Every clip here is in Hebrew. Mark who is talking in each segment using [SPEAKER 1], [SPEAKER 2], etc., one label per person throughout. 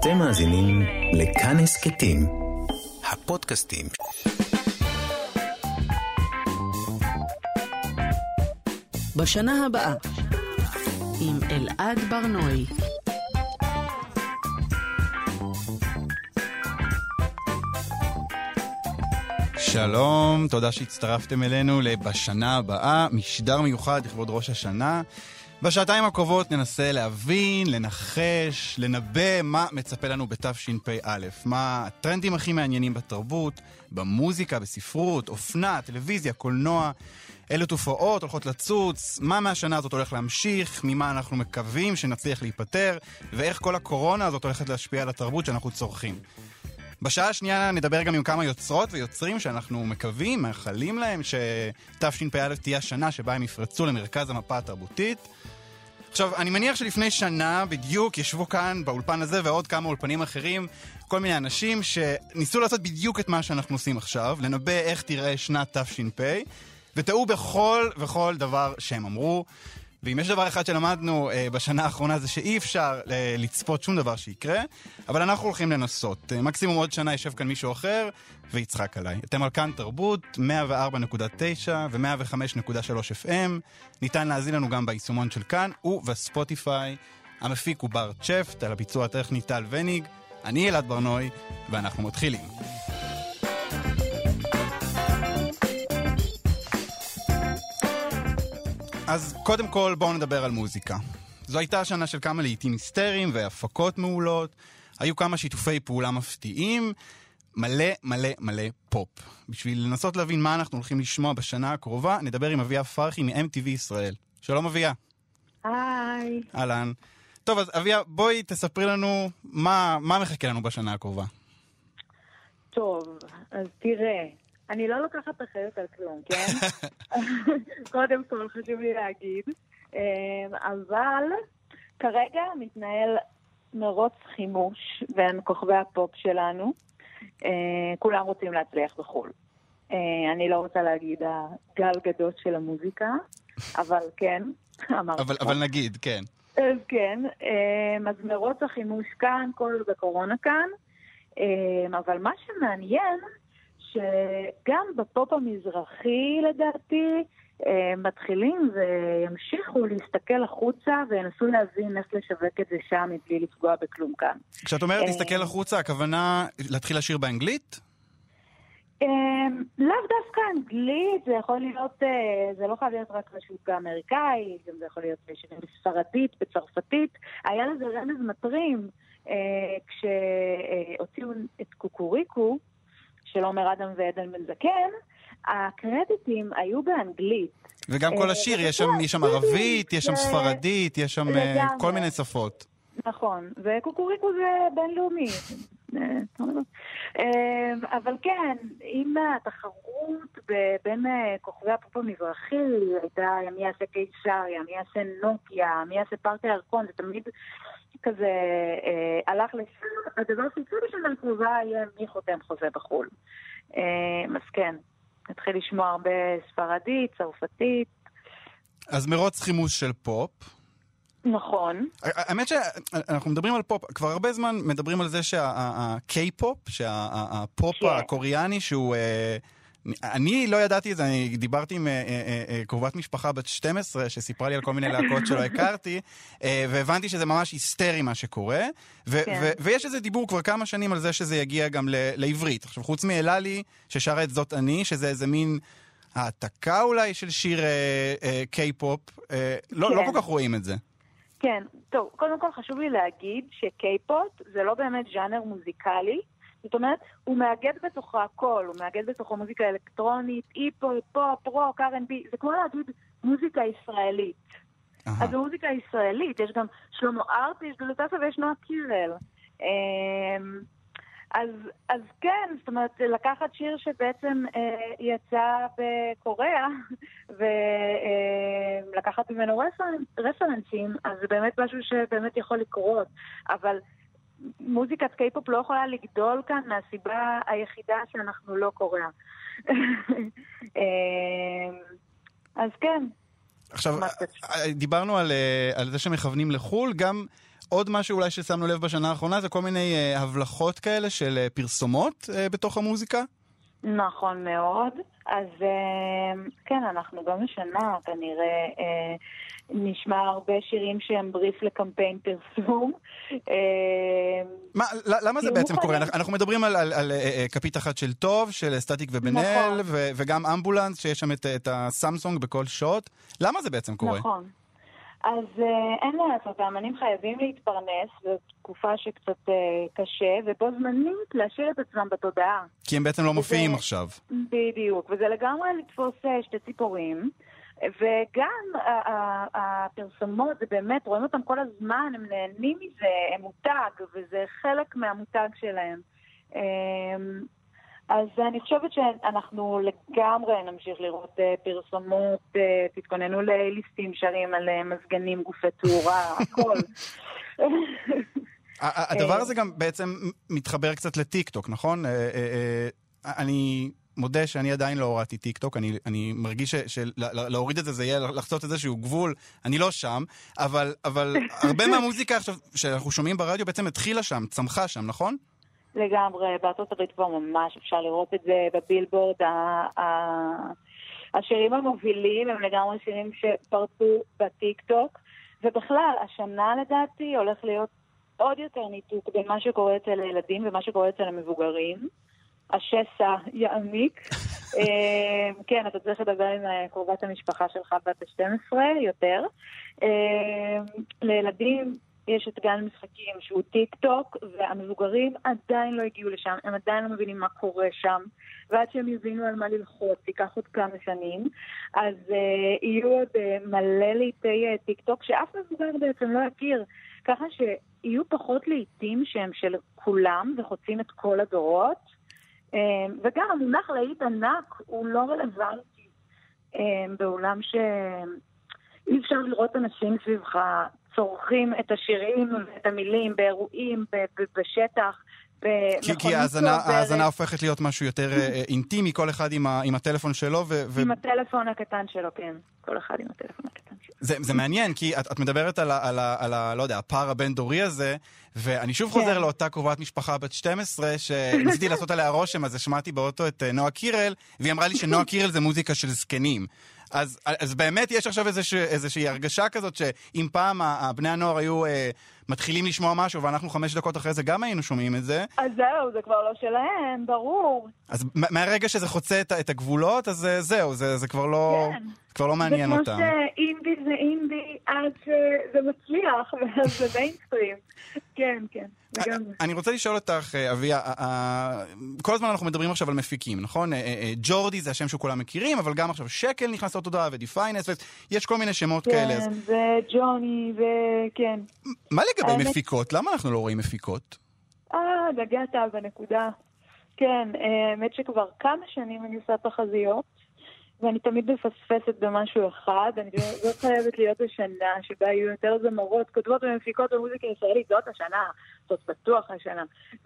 [SPEAKER 1] אתם מאזינים לכאן הסכתים, הפודקאסטים.
[SPEAKER 2] בשנה הבאה, עם אלעד ברנועי.
[SPEAKER 3] שלום, תודה שהצטרפתם אלינו לבשנה הבאה, משדר מיוחד לכבוד ראש השנה. בשעתיים הקרובות ננסה להבין, לנחש, לנבא מה מצפה לנו בתשפ"א, מה הטרנדים הכי מעניינים בתרבות, במוזיקה, בספרות, אופנה, טלוויזיה, קולנוע, אילו תופעות הולכות לצוץ, מה מהשנה הזאת הולך להמשיך, ממה אנחנו מקווים שנצליח להיפטר, ואיך כל הקורונה הזאת הולכת להשפיע על התרבות שאנחנו צורכים. בשעה השנייה נדבר גם עם כמה יוצרות ויוצרים שאנחנו מקווים, מאחלים להם שתשפ"א תהיה השנה שבה הם יפרצו למרכז המפה התרבותית. עכשיו, אני מניח שלפני שנה בדיוק ישבו כאן באולפן הזה ועוד כמה אולפנים אחרים, כל מיני אנשים שניסו לעשות בדיוק את מה שאנחנו עושים עכשיו, לנבא איך תראה שנת תשפ"א, וטעו בכל דבר שהם אמרו. ואם יש דבר אחד שלמדנו בשנה האחרונה זה שאי אפשר לצפות שום דבר שיקרה, אבל אנחנו הולכים לנסות. מקסימום עוד שנה ישב כאן מישהו אחר ויצחק עליי. אתם על כאן תרבות, 104.9 ו-105.3 FM. ניתן להזין לנו גם ביישומון של כאן ובספוטיפיי. המפיק הוא בר צ'פט, על הביצוע הטכני טל וניג. אני אלעד ברנועי, ואנחנו מתחילים. אז קודם כל בואו נדבר על מוזיקה. זו הייתה השנה של כמה לעיתים היסטריים והפקות מעולות, היו כמה שיתופי פעולה מפתיעים, מלא פופ. בשביל לנסות להבין מה אנחנו הולכים לשמוע בשנה הקרובה, נדבר עם אביה פרחי מ-MTV ישראל. שלום אביה.
[SPEAKER 4] היי.
[SPEAKER 3] אהלן. טוב, אז אביה, בואי תספרי לנו מה מחכה לנו בשנה הקרובה.
[SPEAKER 4] טוב, אז תראה, אני לא לוקחת אחריות על כלום, כן? קודם כל חשוב לי להגיד, אבל כרגע מתנהל מרוץ חימוש בין כוכבי הפופ שלנו, כולם רוצים להצליח בחול. אני לא רוצה להגיד הגל גדול של המוזיקה, אבל כן,
[SPEAKER 3] אבל נגיד, כן.
[SPEAKER 4] אז כן, אז מרוץ החימוש כאן, כל בקורונה כאן, אבל מה שמעניין, שגם בפופ המזרחי לדעתי מתחילים וימשיכו להסתכל החוצה וינסו להבין איך לשווק את זה שם מבלי לפגוע בכלום כאן. כשאת אומרת להסתכל החוצה, הכוונה להתחיל לשיר באנגלית? לאו דווקא אנגלית, זה יכול להיות, זה לא חייב להיות רק לשוק האמריקאי, גם זה יכול להיות שירים בספרדית, בצרפתית. היה לזה רמז מטרים כשהוציאו את קוקוריקו של עומר אדם ועדן בן זקן, הקרדיטים היו באנגלית.
[SPEAKER 3] וגם כל השיר, יש שם ערבית, יש שם ספרדית, יש שם כל מיני שפות.
[SPEAKER 4] נכון, וקוקוריקו זה בינלאומי. אבל כן, אם התחרות בין כוכבי הפופ המזרחי הייתה מי יעשה קיסריה, מי יעשה נוקיה, מי יעשה פארק הירקון, זה תמיד כזה הלך לשם, הדבר שיצאו בשנה הקרובה יהיה מי חותם חוזה בחול. אז כן, נתחיל לשמוע הרבה ספרדית, צרפתית.
[SPEAKER 3] אז מרוץ חימוש של פופ.
[SPEAKER 4] נכון.
[SPEAKER 3] האמת שאנחנו מדברים על פופ, כבר הרבה זמן מדברים על זה שהקיי-פופ, שהפופ הקוריאני שהוא... אני לא ידעתי את זה, אני דיברתי עם קרובת משפחה בת 12 שסיפרה לי על כל מיני להקות שלא הכרתי, והבנתי שזה ממש היסטרי מה שקורה, ויש איזה דיבור כבר כמה שנים על זה שזה יגיע גם לעברית. עכשיו, חוץ מאללי ששרה את זאת אני, שזה איזה מין העתקה אולי של שיר קיי-פופ, לא כל כך רואים את זה.
[SPEAKER 4] כן, טוב, קודם כל חשוב לי להגיד שקיי-פופ זה לא באמת ז'אנר מוזיקלי, זאת אומרת, הוא מאגד בתוכו הכל, הוא מאגד בתוכו מוזיקה אלקטרונית, איפו, פופ, רוק, R&B, זה כמו להגיד מוזיקה ישראלית. אז זו מוזיקה ישראלית, יש גם שלמה ארצי, יש דלתסה ויש נועה קירל. אז כן, זאת אומרת, לקחת שיר שבעצם יצא בקוריאה, ולקחת ממנו רפרנסים, אז זה באמת משהו שבאמת יכול לקרות, אבל מוזיקת קיי-פופ לא יכולה לגדול כאן מהסיבה היחידה שאנחנו לא קוריאה. אז כן.
[SPEAKER 3] עכשיו, דיברנו על זה שמכוונים לחול, גם עוד משהו אולי ששמנו לב בשנה האחרונה, זה כל מיני הבלחות כאלה של פרסומות בתוך המוזיקה?
[SPEAKER 4] נכון מאוד. אז כן, אנחנו גם השנה כנראה נשמע הרבה שירים שהם בריף לקמפיין פרסום.
[SPEAKER 3] למה זה בעצם קורה? אנחנו מדברים על כפית אחת של טוב, של סטטיק ובן-אל, וגם אמבולנס, שיש שם את הסמסונג בכל שוט. למה זה בעצם קורה?
[SPEAKER 4] נכון. אז אין לעשות, האמנים חייבים להתפרנס, זו תקופה שקצת קשה, ובו זמנית להשאיר את עצמם בתודעה.
[SPEAKER 3] כי הם בעצם לא מופיעים עכשיו.
[SPEAKER 4] בדיוק, וזה לגמרי לתפוס שתי ציפורים, וגם הפרסומות, זה באמת, רואים אותם כל הזמן, הם נהנים מזה, הם מותג, וזה חלק מהמותג שלהם. אז אני חושבת שאנחנו לגמרי נמשיך לראות פרסומות, תתכוננו לליסטים שרים על מזגנים, גופי תאורה, הכל.
[SPEAKER 3] הדבר הזה גם בעצם מתחבר קצת לטיק-טוק, נכון? אני מודה שאני עדיין לא הורדתי טיק-טוק, אני מרגיש שלהוריד את זה יהיה לחצות איזשהו גבול, אני לא שם, אבל הרבה מהמוזיקה עכשיו שאנחנו שומעים ברדיו בעצם התחילה שם, צמחה שם, נכון?
[SPEAKER 4] לגמרי, בארצות הברית כבר ממש אפשר לראות את זה בבילבורד. השירים המובילים הם לגמרי שירים שפרצו בטיק-טוק, ובכלל, השנה לדעתי הולך להיות עוד יותר ניתוק בין מה שקורה אצל הילדים ומה שקורה אצל המבוגרים. השסע יעמיק. כן, אתה צריך לדבר עם קרובת המשפחה שלך בת ה-12 יותר. לילדים יש את גן משחקים שהוא טיק-טוק, והמבוגרים עדיין לא הגיעו לשם, הם עדיין לא מבינים מה קורה שם, ועד שהם יבינו על מה ללחוץ, ייקח עוד כמה שנים, אז יהיו עוד מלא לעיתי טיק-טוק, שאף מבוגר בעצם לא יכיר, ככה שיהיו פחות לעיתים שהם של כולם, וחוצים את כל הדורות, וגם המונח לעית ענק הוא לא רלוונטי, בעולם שאי אפשר לראות אנשים סביבך, צורכים את השירים ואת המילים באירועים, בשטח,
[SPEAKER 3] כי ההאזנה הופכת להיות משהו יותר אינטימי, כל אחד עם הטלפון שלו.
[SPEAKER 4] עם הטלפון הקטן שלו, כן. כל אחד עם הטלפון הקטן שלו.
[SPEAKER 3] זה מעניין, כי את מדברת על לא יודע, הפער הבין-דורי הזה, ואני שוב חוזר לאותה קרובת משפחה בת 12, שניסיתי לעשות עליה רושם, אז שמעתי באוטו את נועה קירל, והיא אמרה לי שנועה קירל זה מוזיקה של זקנים. אז באמת יש עכשיו איזושהי הרגשה כזאת שאם פעם בני הנוער היו מתחילים לשמוע משהו ואנחנו 5 דקות אחרי זה גם היינו שומעים את זה.
[SPEAKER 4] אז זהו, זה כבר לא שלהם, ברור.
[SPEAKER 3] אז מהרגע שזה חוצה את הגבולות, אז זהו, זה כבר לא מעניין אותם.
[SPEAKER 4] זה כמו שאינדי זה אינדי עד שזה מצליח, וזה מיינסטרים. כן, כן.
[SPEAKER 3] אני רוצה לשאול אותך, אביה, כל הזמן אנחנו מדברים עכשיו על מפיקים, נכון? ג'ורדי זה השם שכולם מכירים, אבל גם עכשיו שקל נכנס לתודעה ודיפיינס, יש כל מיני שמות כאלה.
[SPEAKER 4] כן, וג'וני, וכן.
[SPEAKER 3] מה לגבי מפיקות? למה אנחנו לא רואים מפיקות?
[SPEAKER 4] נגעת בנקודה. כן, האמת שכבר כמה שנים אני עושה תחזיות, ואני תמיד מפספסת במשהו אחד, זאת חייבת להיות השנה שבה יהיו יותר זמרות, כותבות ומפיקות במוזיקה ישראלית, זאת השנה, זאת בטוח השנה.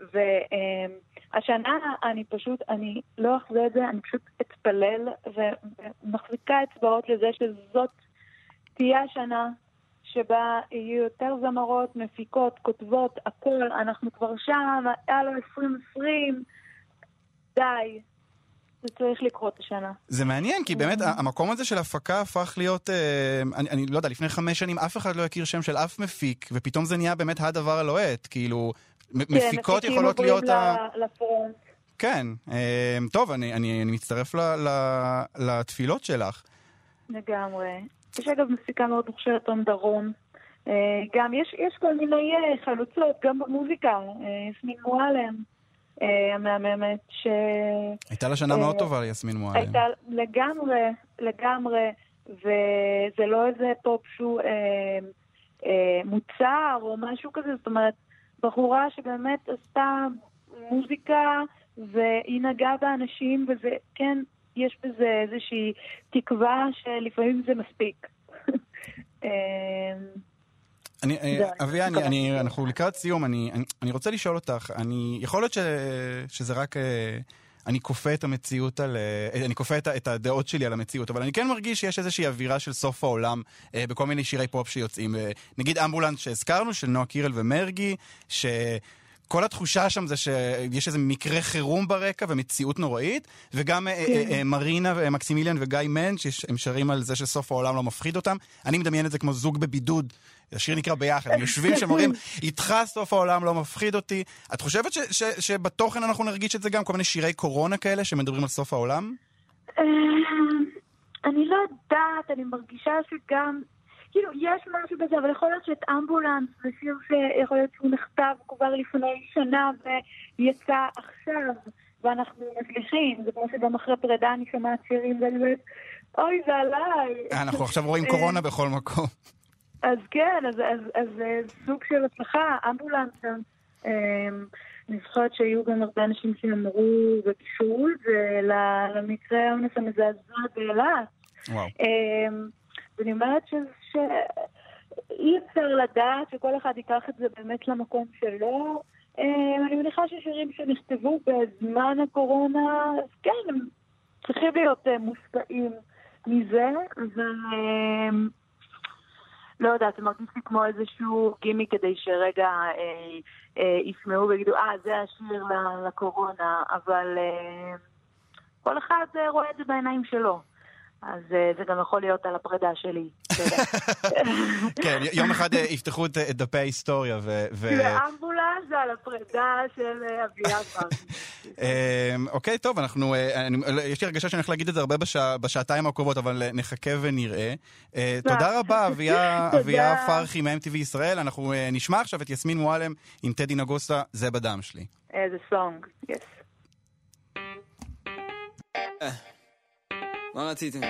[SPEAKER 4] והשנה אני לא אחזה את זה, אני פשוט אתפלל ומחזיקה אצבעות לזה שזאת תהיה השנה שבה יהיו יותר זמרות, מפיקות, כותבות, הכל, אנחנו כבר שם, היה לו 2020, די. זה צריך לקרות השנה.
[SPEAKER 3] זה מעניין, כי באמת המקום הזה של הפקה הפך להיות, אני לא יודע, לפני 5 שנים אף אחד לא הכיר שם של אף מפיק, ופתאום זה נהיה באמת הדבר הלוהט, כאילו, מפיקות יכולות להיות...
[SPEAKER 4] לפרונט.
[SPEAKER 3] כן, טוב, אני מצטרף לתפילות שלך.
[SPEAKER 4] לגמרי. יש אגב מפיקה מאוד מוכשרת דרום. גם יש כל מיני חלוצות, גם במוזיקה, יסמין מועלם. המאממת
[SPEAKER 3] הייתה לה שנה מאוד טובה ליסמין מועלם.
[SPEAKER 4] הייתה לגמרי, וזה לא איזה פופ שהוא מוצר או משהו כזה, זאת אומרת, בחורה שבאמת עשתה מוזיקה והיא נגעה באנשים, וזה, כן, יש בזה איזושהי תקווה שלפעמים זה מספיק.
[SPEAKER 3] אביה, אנחנו לקראת סיום, אני רוצה לשאול אותך, יכול להיות שזה רק אני כופה את המציאות אני כופה את הדעות שלי על המציאות, אבל אני כן מרגיש שיש איזושהי אווירה של סוף העולם בכל מיני שירי פופ שיוצאים. נגיד אמבולנס שהזכרנו, של נועה קירל ומרגי, כל התחושה שם זה שיש איזה מקרה חירום ברקע ומציאות נוראית, וגם מרינה ומקסימיליאן וגיא מן, שהם שרים על זה שסוף העולם לא מפחיד אותם. אני מדמיין את זה כמו זוג בבידוד, השיר נקרא ביחד, הם יושבים שמורים, איתך סוף העולם לא מפחיד אותי. את חושבת שבתוכן אנחנו נרגיש את זה גם, כל מיני שירי קורונה כאלה שמדברים על סוף העולם?
[SPEAKER 4] אני לא יודעת, אני מרגישה שגם כאילו, יש משהו בזה, אבל יכול להיות שאת אמבולנס, זה שיר שיכול להיות שהוא נכתב כבר לפני שנה ויצא עכשיו, ואנחנו מצליחים. זה כמו שגם אחרי פרידה אני שומעת שירים ולבית, אוי, זה עליי.
[SPEAKER 3] אנחנו עכשיו רואים קורונה בכל מקום.
[SPEAKER 4] אז כן, אז סוג של הצלחה, אמבולנס, אני זוכרת שהיו גם הרבה אנשים שאמרו וקישרו את זה למקרה האונס המזעזע באילת.
[SPEAKER 3] וואו.
[SPEAKER 4] ואני אומרת שאי אפשר לדעת שכל אחד ייקח את זה באמת למקום שלו. אני מניחה ששירים שנכתבו בזמן הקורונה, אז כן, הם צריכים להיות מושפעים מזה, לא יודעת, זה מרגיש לי כמו איזשהו גימי כדי שרגע ישמעו ויגידו, זה השיר לקורונה, אבל כל אחד רואה את זה בעיניים שלו. אז זה גם יכול להיות על הפרידה שלי.
[SPEAKER 3] כן, יום אחד יפתחו את דפי ההיסטוריה
[SPEAKER 4] ואמבולנס זה על הפרידה של אביעד ברני.
[SPEAKER 3] אוקיי, טוב, יש לי הרגשה שאני הולך להגיד את זה הרבה בשעתיים הקרובות, אבל נחכה ונראה. תודה רבה, אביה פרחי מ-MTV ישראל. אנחנו נשמע עכשיו את יסמין מועלם עם טדי נגוסה, זה בדם שלי.
[SPEAKER 4] איזה סונג, יס.
[SPEAKER 5] מה רציתם?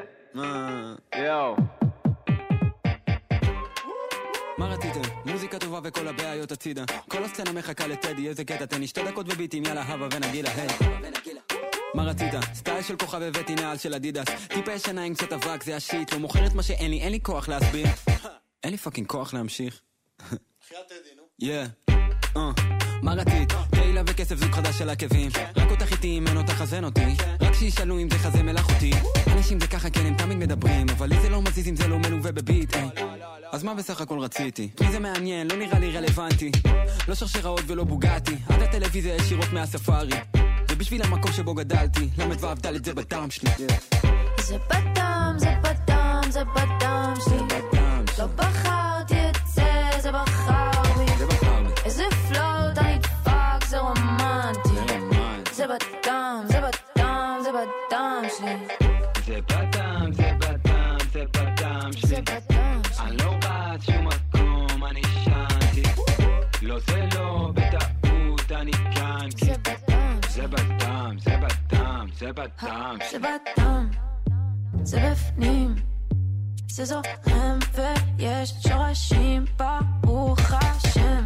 [SPEAKER 5] מה רציתם? מוזיקה טובה וכל הבעיות הצידה. כל הסצנה מחכה לטדי, איזה קטע, תן לי 2 דקות וביטים, יאללה הווה ונגילה, היי. מה רצית? סטייל של כוכב הבאתי נעל של אדידס, טיפה ישנה עם קצת אבק, זה השיט, לא מוכרת מה שאין לי, אין לי כוח להסביר. אין לי פאקינג כוח להמשיך.
[SPEAKER 3] חיית טדי, נו?
[SPEAKER 5] מה רצית? תהילה וכסף זוג חדש של עקבים, רק אותך איתי, ממנו תחזן אותי, רק שישאלו אם זה חזה מלאכותי. אנשים זה ככה, כן, הם תמיד מדברים, אבל לי זה לא מזיז אם זה לא מלווה בביט. אז מה בסך הכל רציתי? מי זה מעניין, לא נראה לי רלוונטי, לא שרשראות ולא בוגעתי, עד הטלוויזיה ישירות מהספארי, ובשביל המקום שבו גדלתי, למד ועבדל את זה בדם שלי.
[SPEAKER 6] זה בדם, זה בדם, זה בדם שלי, לא בחרתי את זה, זה בחר בי, איזה פלוט אני דפק, זה רומנטי, זה בדם, זה בדם, זה בדם שלי,
[SPEAKER 5] זה בדם, זה בדם, זה בדם שלי, אני לא רץ שום מקום, אני שנתי, לא זה לא בטעות, אני כאן,
[SPEAKER 6] זה בדם,
[SPEAKER 5] זה בדם, זה בדם, זה בדם,
[SPEAKER 6] זה בדם, זה בפנים, זה זורם ויש שורשים, ברוך השם,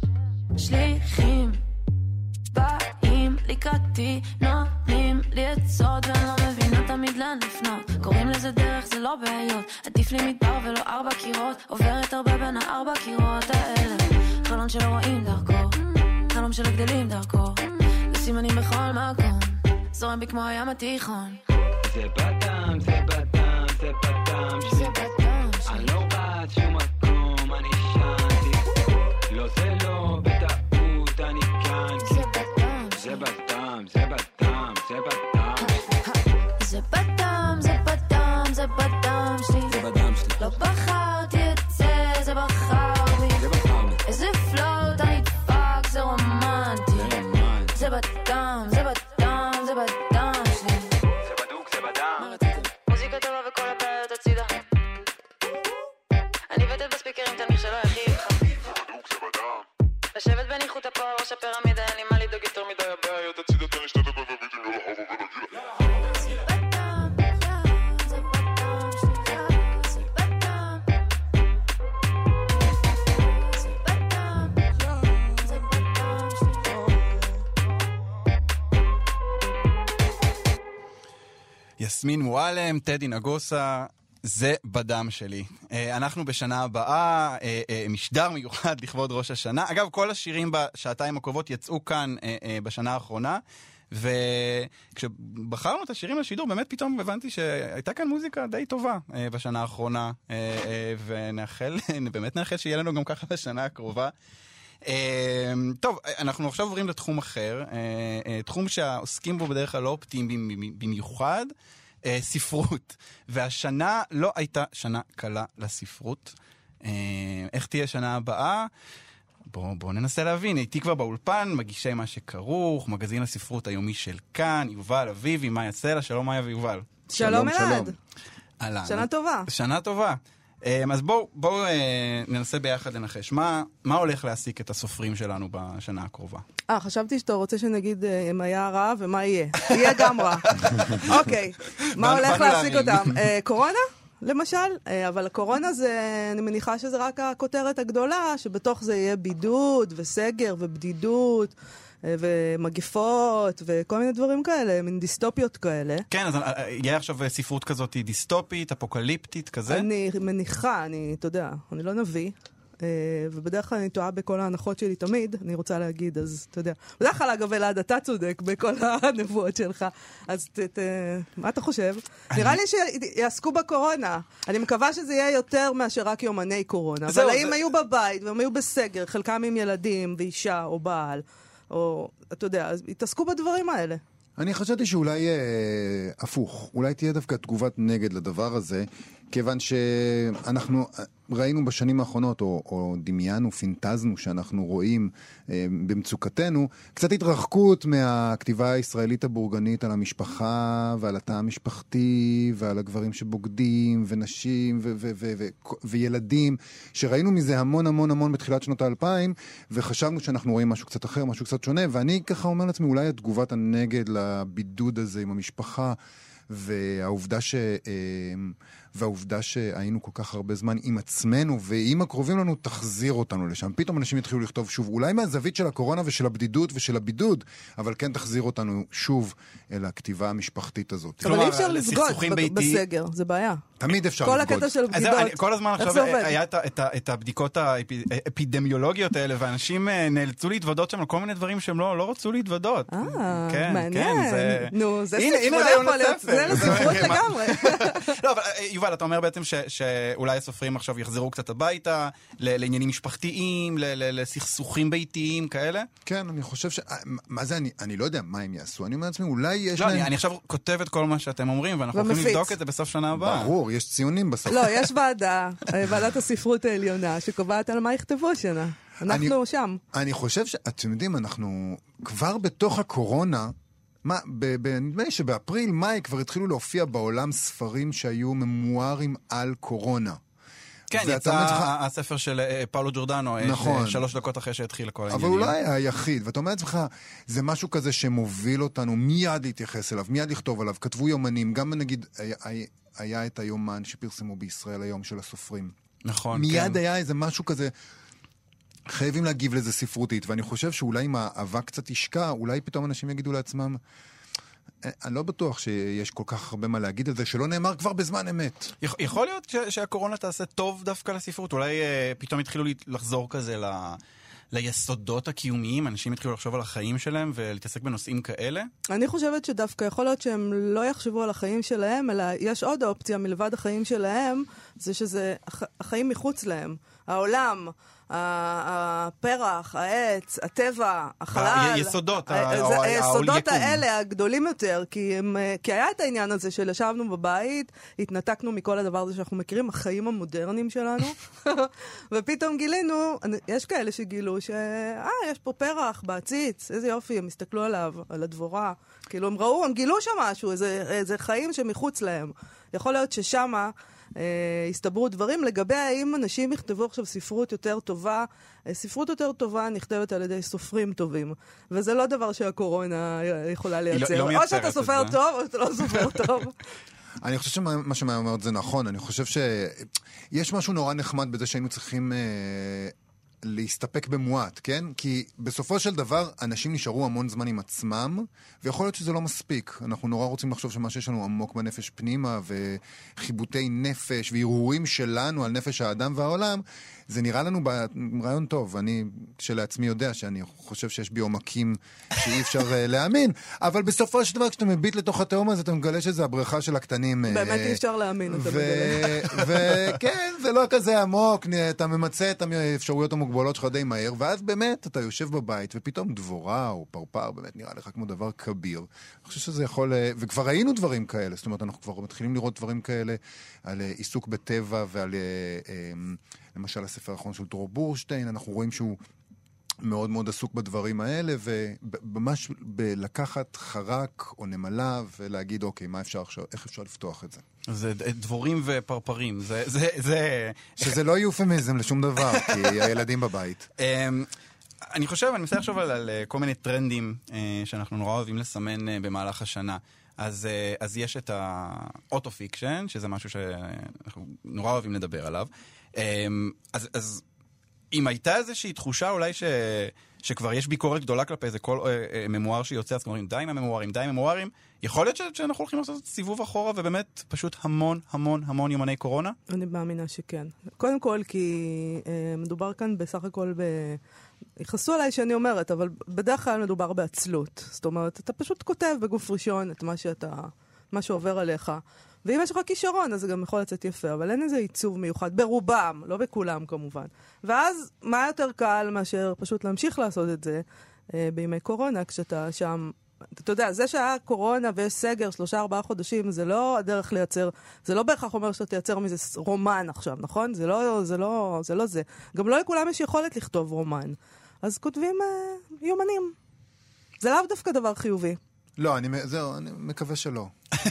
[SPEAKER 6] שליחים באים לקראתי, נותנים לי עצות ואני לא מבינה תמיד לאן לפנות, קוראים לזה דרך, זה לא בעיות, עדיף לי מדבר ולא 4 קירות, עוברת הרבה בין 4 קירות האלה, חלון שלא רואים דרכו, חלום שלא גדלים דרכו, וסימנים בכל מקום, זורם בי כמו הים התיכון,
[SPEAKER 5] זה בדם, זה בדם, זה בדם שלי,
[SPEAKER 6] זה בדם שלי,
[SPEAKER 5] אני לא רץ שום מקום, אני שנתי, לא זה לא בטעות, אני כאן,
[SPEAKER 6] זה בדם
[SPEAKER 5] זה בדם, זה בדם, זה בדם,
[SPEAKER 6] זה בדם, זה בדם, זה בדם שלי,
[SPEAKER 5] זה בדם שלי,
[SPEAKER 6] לא בחרתי את זה, זה בחר בי,
[SPEAKER 5] זה בחר בי,
[SPEAKER 6] איזה פלוט אני דפק, זה רומנטי,
[SPEAKER 5] זה רומנטי,
[SPEAKER 6] זה בדם, זה בדם, זה בדם שלי,
[SPEAKER 5] זה בדוק, זה בדם. מה רציתם?
[SPEAKER 6] מוזיקה טובה וכל הבעיות הצידה, אני הבאתי בספיקרים תמיך שלא יכאיב לך, לשבת בניחותא פה על ראש הפירמידה, אין לי מה לדאוג יותר מדי הבעיות הצידה, תן לי 2 דקות וביטים לא לחוב ונגילה. זה בדם, זה בדם שלי, זה בדם, זה בדם, זה בדם שלי.
[SPEAKER 3] יסמין מועלם, טדי נגוסה, זה בדם שלי. אנחנו בשנה הבאה, משדר מיוחד לכבוד ראש השנה. אגב, כל השירים בשעתיים הקרובות יצאו כאן בשנה האחרונה, וכשבחרנו את השירים לשידור, באמת פתאום הבנתי שהייתה כאן מוזיקה די טובה בשנה האחרונה, ובאמת נאחל שיהיה לנו גם ככה בשנה הקרובה. טוב, אנחנו עכשיו עוברים לתחום אחר, תחום שעוסקים בו בדרך כלל לא אופטימיים במיוחד, ספרות. והשנה לא הייתה שנה קלה לספרות. איך תהיה שנה הבאה? בואו ננסה להבין. הייתי כבר באולפן, מגישי מה שכרוך, מגזין הספרות היומי של כאן, יובל אביבי, מאיה סלע. שלום מאיה ויובל.
[SPEAKER 7] שלום אלעד.
[SPEAKER 3] שנה טובה. שנה טובה. אז בואו ננסה ביחד לנחש. מה הולך להעסיק את הסופרים שלנו בשנה הקרובה?
[SPEAKER 7] חשבתי שאתה רוצה שנגיד אם היה רע ומה יהיה. יהיה גם רע. אוקיי. מה הולך להעסיק אותם? קורונה? למשל, אבל הקורונה אני מניחה שזה רק הכותרת הגדולה, שבתוך זה יהיה בידוד וסגר ובדידות ומגפות וכל מיני דברים כאלה, מין דיסטופיות כאלה.
[SPEAKER 3] כן, אז יהיה עכשיו ספרות כזאת דיסטופית, אפוקליפטית כזה?
[SPEAKER 7] אני מניחה, אתה יודע, אני לא נביא, ובדרך כלל אני טועה בכל ההנחות שלי תמיד, אני רוצה להגיד, אז אתה יודע. בדרך כלל אגב אלעד, אתה צודק בכל הנבואות שלך, אז מה אתה חושב? נראה לי שיעסקו בקורונה. אני מקווה שזה יהיה יותר מאשר רק יומני קורונה, אבל האם היו בבית והם היו בסגר, חלקם עם ילדים ואישה או בעל, או אתה יודע, אז התעסקו בדברים האלה.
[SPEAKER 8] אני חשבתי שאולי הפוך, אולי תהיה דווקא תגובת נגד לדבר הזה, כיוון שאנחנו ראינו בשנים האחרונות, או דמיינו, פינטזנו, שאנחנו רואים במצוקתנו, קצת התרחקות מהכתיבה הישראלית הבורגנית על המשפחה, ועל התא המשפחתי, ועל הגברים שבוגדים, ונשים, וילדים, שראינו מזה המון המון המון בתחילת שנות ה-2000, וחשבנו שאנחנו רואים משהו קצת אחר, משהו קצת שונה, ואני ככה אומר לעצמי, אולי התגובת הנגד לבידוד הזה עם המשפחה, והעובדה שהיינו כל כך הרבה זמן עם עצמנו ועם הקרובים לנו תחזיר אותנו לשם. פתאום אנשים יתחילו לכתוב שוב, אולי מהזווית של הקורונה ושל הבדידות ושל הבידוד, אבל כן תחזיר אותנו שוב אל הכתיבה המשפטמיולוגית הזאת.
[SPEAKER 7] אבל אי אפשר לבגוד בסגר, זה בעיה.
[SPEAKER 8] תמיד אפשר לבגוד.
[SPEAKER 7] כל הקטע של בדידות.
[SPEAKER 3] כל הזמן עכשיו היה את הבדיקות האפידמיולוגיות האלה, ואנשים נאלצו להתוודות שם על כל מיני דברים שהם לא רצו להתוודות.
[SPEAKER 7] מעניין. נו, זה ספרות לגמרי.
[SPEAKER 3] לא, אבל יובל, אתה אומר בעצם שאולי הסופרים עכשיו יחזרו קצת הביתה, לעניינים משפחתיים, לסכסוכים ביתיים כאלה?
[SPEAKER 8] כן, אני חושב מה זה, אני לא יודע מה הם יעשו. אני אומר לעצמי, אולי יש להם...
[SPEAKER 3] אני עכשיו כותב את כל מה שאתם אומרים, ואנחנו הולכים לבדוק את זה בסוף שנה הבאה.
[SPEAKER 8] ברור, יש ציונים בסוף.
[SPEAKER 7] לא, יש ועדת הספרות העליונה, שקובעת על מה יכתבו השנה. אנחנו שם.
[SPEAKER 8] אני חושב שאתם יודעים, אנחנו כבר בתוך הקורונה, נדמה לי שבאפריל, מאי, כבר התחילו להופיע בעולם ספרים שהיו ממוארים על קורונה.
[SPEAKER 3] כן, יצא הספר של פאולו ג'ורדנו, 3 דקות אחרי שהתחיל כל העניינים.
[SPEAKER 8] אבל אולי היחיד, ואתה אומר לעצמך, זה משהו כזה שמוביל אותנו מיד להתייחס אליו, מיד לכתוב עליו, כתבו יומנים, גם נגיד, היה את היומן שפרסמו בישראל היום של הסופרים.
[SPEAKER 3] נכון,
[SPEAKER 8] כן. מיד היה איזה משהו כזה, חייבים להגיב לזה ספרותית, ואני חושב שאולי אם האבק קצת ישקע, אולי פתאום אנשים יגידו לעצמם, אני לא בטוח שיש כל כך הרבה מה להגיד על זה, שלא נאמר כבר בזמן אמת.
[SPEAKER 3] יכול להיות שהקורונה תעשה טוב דווקא לספרות, אולי פתאום יתחילו לחזור כזה ליסודות הקיומיים, אנשים יתחילו לחשוב על החיים שלהם ולהתעסק בנושאים כאלה?
[SPEAKER 7] אני חושבת שדווקא יכול להיות שהם לא יחשבו על החיים שלהם, אלא יש עוד אופציה מלבד החיים שלהם, זה שזה החיים מחוץ להם. העולם, הפרח, העץ, הטבע, החלל.
[SPEAKER 3] היסודות
[SPEAKER 7] היסודות האלה הגדולים יותר, כי היה את העניין הזה של ישבנו בבית, התנתקנו מכל הדבר הזה שאנחנו מכירים, החיים המודרניים שלנו, ופתאום גילינו, יש כאלה שגילו יש פה פרח בעציץ, איזה יופי, הם הסתכלו עליו, על הדבורה, כאילו הם ראו, הם גילו שם משהו, איזה חיים שמחוץ להם. יכול להיות ששמה הסתברו דברים לגבי האם אנשים יכתבו עכשיו ספרות יותר טובה. ספרות יותר טובה נכתבת על ידי סופרים טובים, וזה לא דבר שהקורונה יכולה לייצר. או שאתה סופר טוב או שאתה לא סופר טוב.
[SPEAKER 8] אני חושב שמה שמאיה אומרת זה נכון. אני חושב שיש משהו נורא נחמד בזה שהיינו צריכים להסתפק במועט, כן? כי בסופו של דבר אנשים נשארו המון זמן עם עצמם, ויכול להיות שזה לא מספיק. אנחנו נורא רוצים לחשוב שמה שיש לנו עמוק בנפש פנימה, וחיבוטי נפש, והרהורים שלנו על נפש האדם והעולם, זה נראה לנו רעיון טוב. אני שלעצמי יודע שאני חושב שיש בי עומקים שאי אפשר להאמין, אבל בסופו של דבר כשאתה מביט לתוך התהום הזה, אתה מגלה שזה הבריכה של הקטנים.
[SPEAKER 7] באמת אי אפשר להאמין, אתה מגלה.
[SPEAKER 8] וכן, זה לא כזה עמוק, אתה ממצא את האפשרויות המוגבלות שלך די מהר, ואז באמת אתה יושב בבית, ופתאום דבורה או פרפר באמת נראה לך כמו דבר כביר. אני חושב שזה יכול, וכבר ראינו דברים כאלה, זאת אומרת, אנחנו כבר מתחילים לראות דברים כאלה על עיסוק בטבע ועל למשל הספר האחרון של דרור בורשטיין, אנחנו רואים שהוא מאוד מאוד עסוק בדברים האלה, וממש בלקחת חרק או נמלה ולהגיד, אוקיי, מה אפשר עכשיו, איך אפשר לפתוח את זה?
[SPEAKER 3] זה דבורים ופרפרים,
[SPEAKER 8] שזה לא יופמיזם לשום דבר, כי הילדים בבית.
[SPEAKER 3] אני חושב, אני מנסה לחשוב על כל מיני טרנדים שאנחנו נורא אוהבים לסמן במהלך השנה. אז יש את האוטו-פיקשן, שזה משהו שאנחנו נורא אוהבים לדבר עליו. אז אם הייתה איזושהי תחושה אולי שכבר יש ביקורת גדולה כלפי איזה כל ממואר שיוצא, אז אומרים, די עם הממוארים, די עם הממוארים, יכול להיות שאנחנו הולכים לעשות סיבוב אחורה, ובאמת פשוט המון המון המון יומני קורונה?
[SPEAKER 7] אני מאמינה שכן. קודם כל, כי מדובר כאן בסך הכל יכעסו עליי שאני אומרת, אבל בדרך כלל מדובר בעצלות. זאת אומרת, אתה פשוט כותב בגוף ראשון את מה שעובר עליך. ואם יש לך כישרון, אז זה גם יכול לצאת יפה, אבל אין איזה עיצוב מיוחד, ברובם, לא בכולם כמובן. ואז, מה יותר קל מאשר פשוט להמשיך לעשות את זה בימי קורונה, כשאתה שם, אתה יודע, זה שהיה קורונה ויש סגר 3-4 חודשים, זה לא הדרך לייצר, זה לא בהכרח אומר שאתה תייצר מזה רומן עכשיו, נכון? זה לא זה. גם לא לכולם יש יכולת לכתוב רומן. אז כותבים יומנים. זה לאו דווקא דבר חיובי.
[SPEAKER 8] לא, אני מקווה שלא.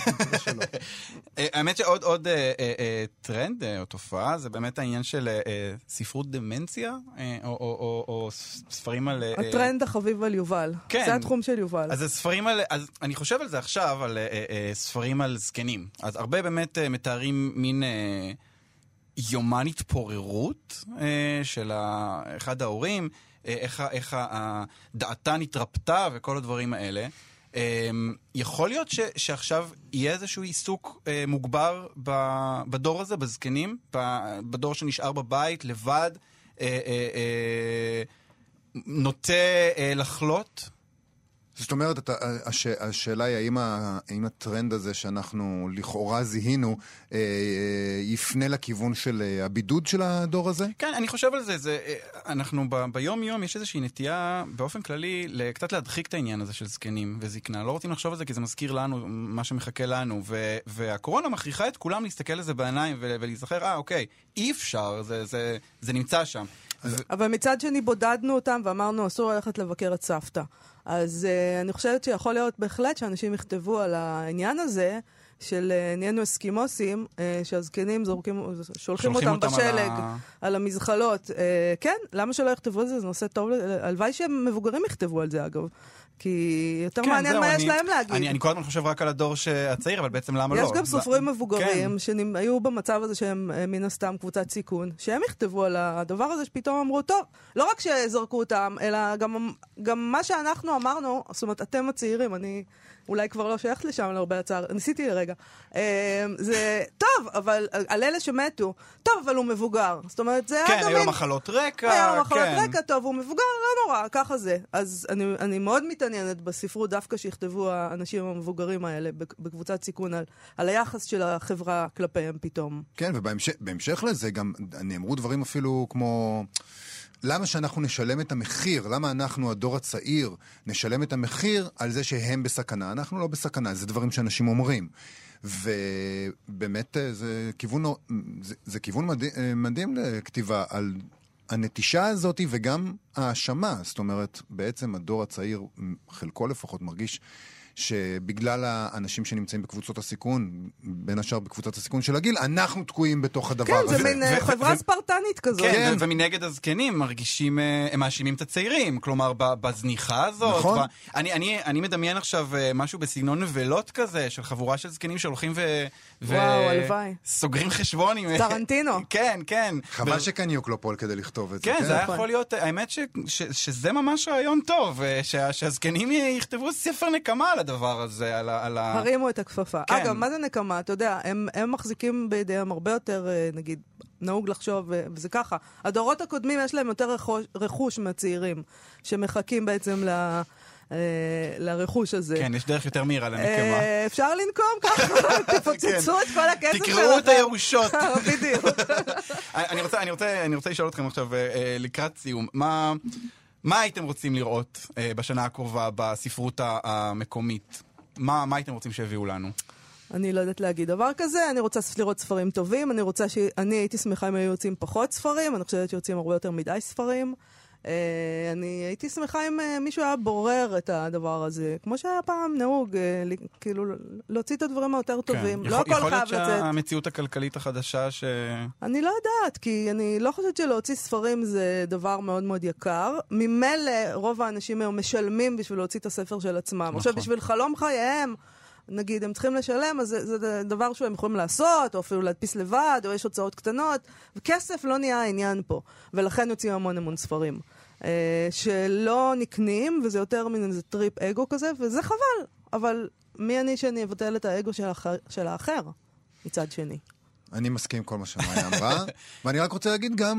[SPEAKER 3] האמת שעוד טרנד או תופעה, זה באמת העניין של ספרות דמנציה, או ספרים על...
[SPEAKER 7] הטרנד החביב על יובל. זה התחום של יובל.
[SPEAKER 3] אז ספרים על... אני חושב על זה עכשיו, על ספרים על זקנים. אז הרבה באמת מתארים מין יומן התפוררות של אחד ההורים, איך דעתן התרפתה וכל הדברים האלה. יכול להיות שעכשיו יהיה איזשהו עיסוק מוגבר בדור הזה, בזקנים, בדור שנשאר בבית, לבד, נוטה לחלות?
[SPEAKER 8] זאת אומרת, השאלה היא האם הטרנד הזה שאנחנו לכאורה זיהינו יפנה לכיוון של הבידוד של הדור הזה?
[SPEAKER 3] כן, אני חושב על זה. אנחנו ביום יום יש איזושהי נטייה באופן כללי קצת להדחיק את העניין הזה של זקנים וזקנה. לא רוצים לחשוב על זה כי זה מזכיר לנו מה שמחכה לנו. והקורונה מכריחה את כולם להסתכל על זה בעיניים ולהיזכר, אוקיי, אי אפשר, זה נמצא שם.
[SPEAKER 7] אבל מצד שני בודדנו אותם ואמרנו אסור ללכת לבקר את סבתא. אז אני חושבת שיכול להיות בהחלט שאנשים יכתבו על העניין הזה של נהיינו אסקימוסים, שהזקנים שולחים אותם בשלג על המזחלות. כן, למה שלא יכתבו על זה? זה נושא טוב. הלוואי שהם מבוגרים יכתבו על זה, אגב. כי יותר מעניין מה יש להם להגיד.
[SPEAKER 3] אני כל הזמן חושב רק על הדור הצעיר, אבל בעצם למה לא?
[SPEAKER 7] יש גם סופרים מבוגרים שהיו במצב הזה שהם מן הסתם קבוצת סיכון, שהם יכתבו על הדבר הזה שפתאום אמרו, טוב, לא רק שזרקו אותם, אלא גם מה שאנחנו אמרנו, זאת אומרת, אתם הצעירים, אני אולי כבר לא שייכת לשם להרבה הצער, ניסיתי לרגע. זה טוב, אבל על אלה שמתו, טוב, אבל הוא מבוגר. זאת אומרת, זה
[SPEAKER 3] כן, היו לו מחלות רקע.
[SPEAKER 7] היה לו מחלות רקע, טוב, הוא מבוגר, לא נורא, ככה זה. אז אני מאוד מתעניינת בספרות דווקא שיכתבו האנשים המבוגרים האלה בקבוצת סיכון על היחס של החברה כלפיהם פתאום.
[SPEAKER 8] כן, ובהמשך לזה גם נאמרו דברים אפילו כמו... למה שאנחנו נשלם את המחיר? למה אנחנו, הדור הצעיר, נשלם את המחיר על זה שהם בסכנה? אנחנו לא בסכנה, זה דברים שאנשים אומרים. ובאמת זה כיוון מדהים לכתיבה על הנטישה הזאת וגם האשמה. זאת אומרת, בעצם הדור הצעיר, חלקו לפחות, מרגיש שבגלל האנשים שנמצאים בקבוצות הסיכון, בין השאר בקבוצת הסיכון של הגיל, אנחנו תקועים בתוך הדבר הזה.
[SPEAKER 7] כן, זה מין חברה ספרטנית כזאת.
[SPEAKER 3] כן, ומנגד הזקנים מרגישים, הם מאשימים את הצעירים, כלומר, בזניחה הזאת.
[SPEAKER 8] נכון.
[SPEAKER 3] אני מדמיין עכשיו משהו בסגנון נבלות כזה, של חבורה של זקנים שהולכים
[SPEAKER 7] וואו, הלוואי.
[SPEAKER 3] סוגרים חשבון עם...
[SPEAKER 7] טרנטינו.
[SPEAKER 3] כן, כן.
[SPEAKER 8] חבל שכניוק לא פועל כדי לכתוב את זה.
[SPEAKER 3] כן, זה היה יכול להיות, האמת שזה ממש רעיון טוב, שהזקנים יכתבו ספר נקמה על הדבר הזה, על ה...
[SPEAKER 7] הרימו את הכפפה.
[SPEAKER 3] כן.
[SPEAKER 7] אגב, מה זה נקמה? אתה יודע, הם מחזיקים בידיהם הרבה יותר, נגיד, נהוג לחשוב, וזה ככה. הדורות הקודמים יש להם יותר רכוש מהצעירים, שמחכים בעצם לרכוש הזה.
[SPEAKER 3] כן, יש דרך יותר מהירה לנקמה.
[SPEAKER 7] אפשר לנקום ככה, תפוצצו את כל הכסף שלכם.
[SPEAKER 3] תקראו את הירושות.
[SPEAKER 7] בדיוק.
[SPEAKER 3] אני רוצה לשאול אתכם עכשיו לקראת סיום. מה הייתם רוצים לראות בשנה הקרובה בספרות המקומית? מה הייתם רוצים שיביאו לנו?
[SPEAKER 7] אני לא יודעת להגיד דבר כזה, אני רוצה לראות ספרים טובים, אני הייתי שמחה אם היו יוצאים פחות ספרים, אני חושבת שיוצאים הרבה יותר מדי ספרים. אני הייתי שמחה אם מישהו היה בורר את הדבר הזה, כמו שהיה פעם נהוג, כאילו להוציא את הדברים היותר טובים. לא הכל חייב לצאת.
[SPEAKER 3] יכול להיות שהמציאות הכלכלית החדשה
[SPEAKER 7] אני לא יודעת, כי אני לא חושבת שלהוציא ספרים זה דבר מאוד מאוד יקר. ממילא רוב האנשים היום משלמים בשביל להוציא את הספר של עצמם. עכשיו בשביל חלום חייהם, נגיד, הם צריכים לשלם, אז זה דבר שהם יכולים לעשות, או אפילו להדפיס לבד, או יש הוצאות קטנות, וכסף לא נהיה העניין פה. ולכן יוצאים המון ספרים. שלא נקנים, וזה יותר מן איזה טריפ אגו כזה, וזה חבל. אבל מי אני שאני אבטל את האגו של האחר, מצד שני?
[SPEAKER 8] אני מסכים עם כל מה שמאיה אמרה, ואני רק רוצה להגיד גם,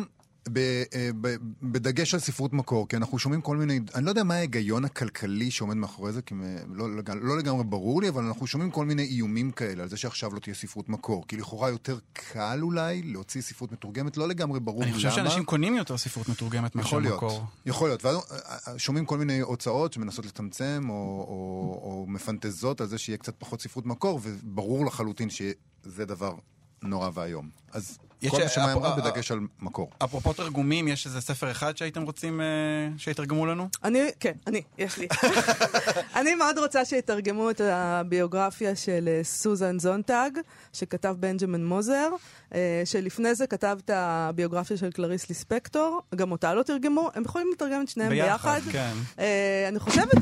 [SPEAKER 8] בדגש על ספרות מקור, כי אנחנו שומעים כל מיני, אני לא יודע מה ההיגיון הכלכלי שעומד מאחורי זה, כי לא לגמרי ברור לי, אבל אנחנו שומעים כל מיני איומים כאלה, על זה שעכשיו לא תהיה ספרות מקור, כי לכאורה יותר קל אולי להוציא ספרות מתורגמת, לא לגמרי ברור למה.
[SPEAKER 3] אני חושב שאנשים קונים יותר ספרות מתורגמת מאשר מקור.
[SPEAKER 8] יכול להיות, שומעים כל מיני הוצאות שמנסות לצמצם, או מפנטזות על זה שיהיה קצת פחות ספרות מקור, וברור לחלוטין שזה דבר נורא והיום. אז כל מה שמאיה אמרה בדגש על מקור.
[SPEAKER 3] אפרופו תרגומים, יש איזה ספר אחד שהייתם רוצים שיתרגמו לנו?
[SPEAKER 7] יש לי. אני מאוד רוצה שיתרגמו את הביוגרפיה של סוזן זונטאג, שכתב בנג'מן מוזר, שלפני זה כתב את הביוגרפיה של קלריס ליספקטור, גם אותה לא תרגמו, הם יכולים לתרגם את שניהם ביחד.
[SPEAKER 3] כן.
[SPEAKER 7] אני חושבת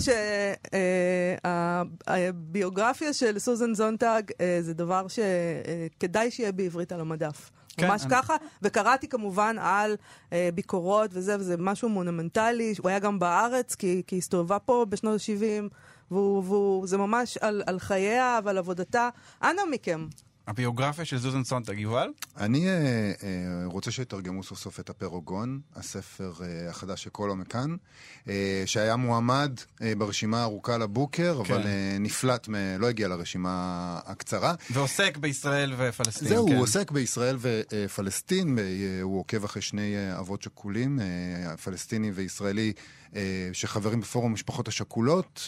[SPEAKER 7] שהביוגרפיה של סוזן זונטאג זה דבר שכדאי שיהיה בעברית על המדף. ממש ככה, וקראתי כמובן על ביקורות וזה משהו מונומנטלי, הוא היה גם בארץ, כי הסתובבה פה בשנות ה-70, וזה ממש על חייה ועל עבודתה. אנא מכם.
[SPEAKER 3] הביוגרפיה של סוזן זונטאג, יובל?
[SPEAKER 8] אני רוצה שיתרגמו סוף סוף את הפרוגון, הספר החדש של קולו מכאן, שהיה מועמד ברשימה הארוכה לבוקר, אבל נפלט, לא הגיע לרשימה הקצרה.
[SPEAKER 3] ועוסק בישראל ופלסטין.
[SPEAKER 8] זהו, הוא עוסק בישראל ופלסטין, הוא עוקב אחרי שני אבות שכולים, פלסטיני וישראלי, שחברים בפורום משפחות השכולות,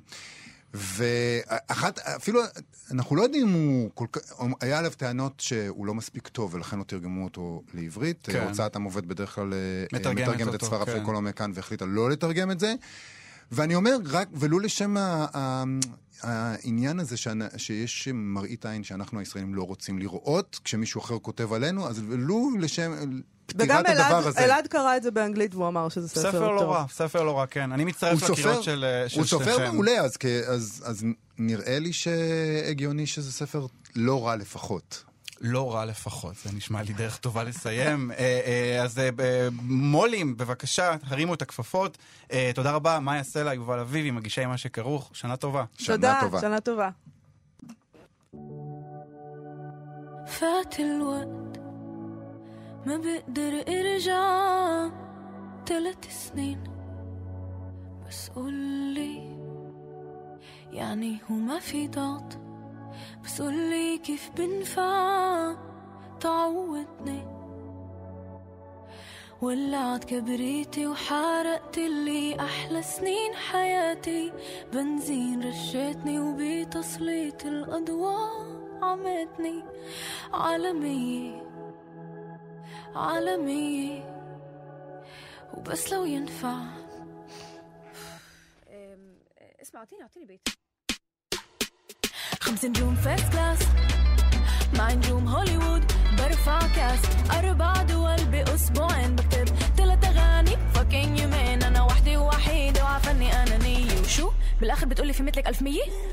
[SPEAKER 8] ואחת, אפילו אנחנו לא יודעים אם הוא היה עליו טענות שהוא לא מספיק טוב ולכן לא תרגמו אותו לעברית. הוצאת המובד בדרך כלל מתרגמת את ספריו של קולו מכאן והחליטה לא לתרגם את זה. ואני אומר רק, ולו לשם העניין הזה שיש מראית עין שאנחנו הישראלים לא רוצים לראות כשמישהו אחר כותב עלינו, אז ולו לשם
[SPEAKER 7] וגם אלעד קרא את זה באנגלית והוא אמר שזה ספר טוב.
[SPEAKER 3] ספר לא רע, כן. אני מצטרף לקריאות של
[SPEAKER 8] הוא סופר מעולה, אז נראה לי שהגיוני שזה ספר לא רע לפחות.
[SPEAKER 3] לא רע לפחות, זה נשמע לי דרך טובה לסיים. אז מולים, בבקשה, הרימו את הכפפות. תודה רבה, מאיה סלע, יובל אביבי, מגישה עם מה שכרוך. שנה טובה.
[SPEAKER 7] תודה, שנה טובה.
[SPEAKER 6] فات الوقت ما بقدر ارجع 3 سنين بس قولي يعني هو ما في ضغط بس قولي كيف بنفع تعودني ولعت كبريتي وحرقت لي أحلى سنين حياتي بنزين رشيتني وبتسليط الأضواء عمتني عالمية وبس لو ينفع اسمع اعطيني بيت 5 نجوم فيرست كلاس مع نجوم هوليوود برفع كاس 4 دول بأسبوعين بكتب 3 أغاني fucking يومين أنا وحدي ووحيدة وعفني أنانية وشو بالآخر بتقولي في مثلك 1100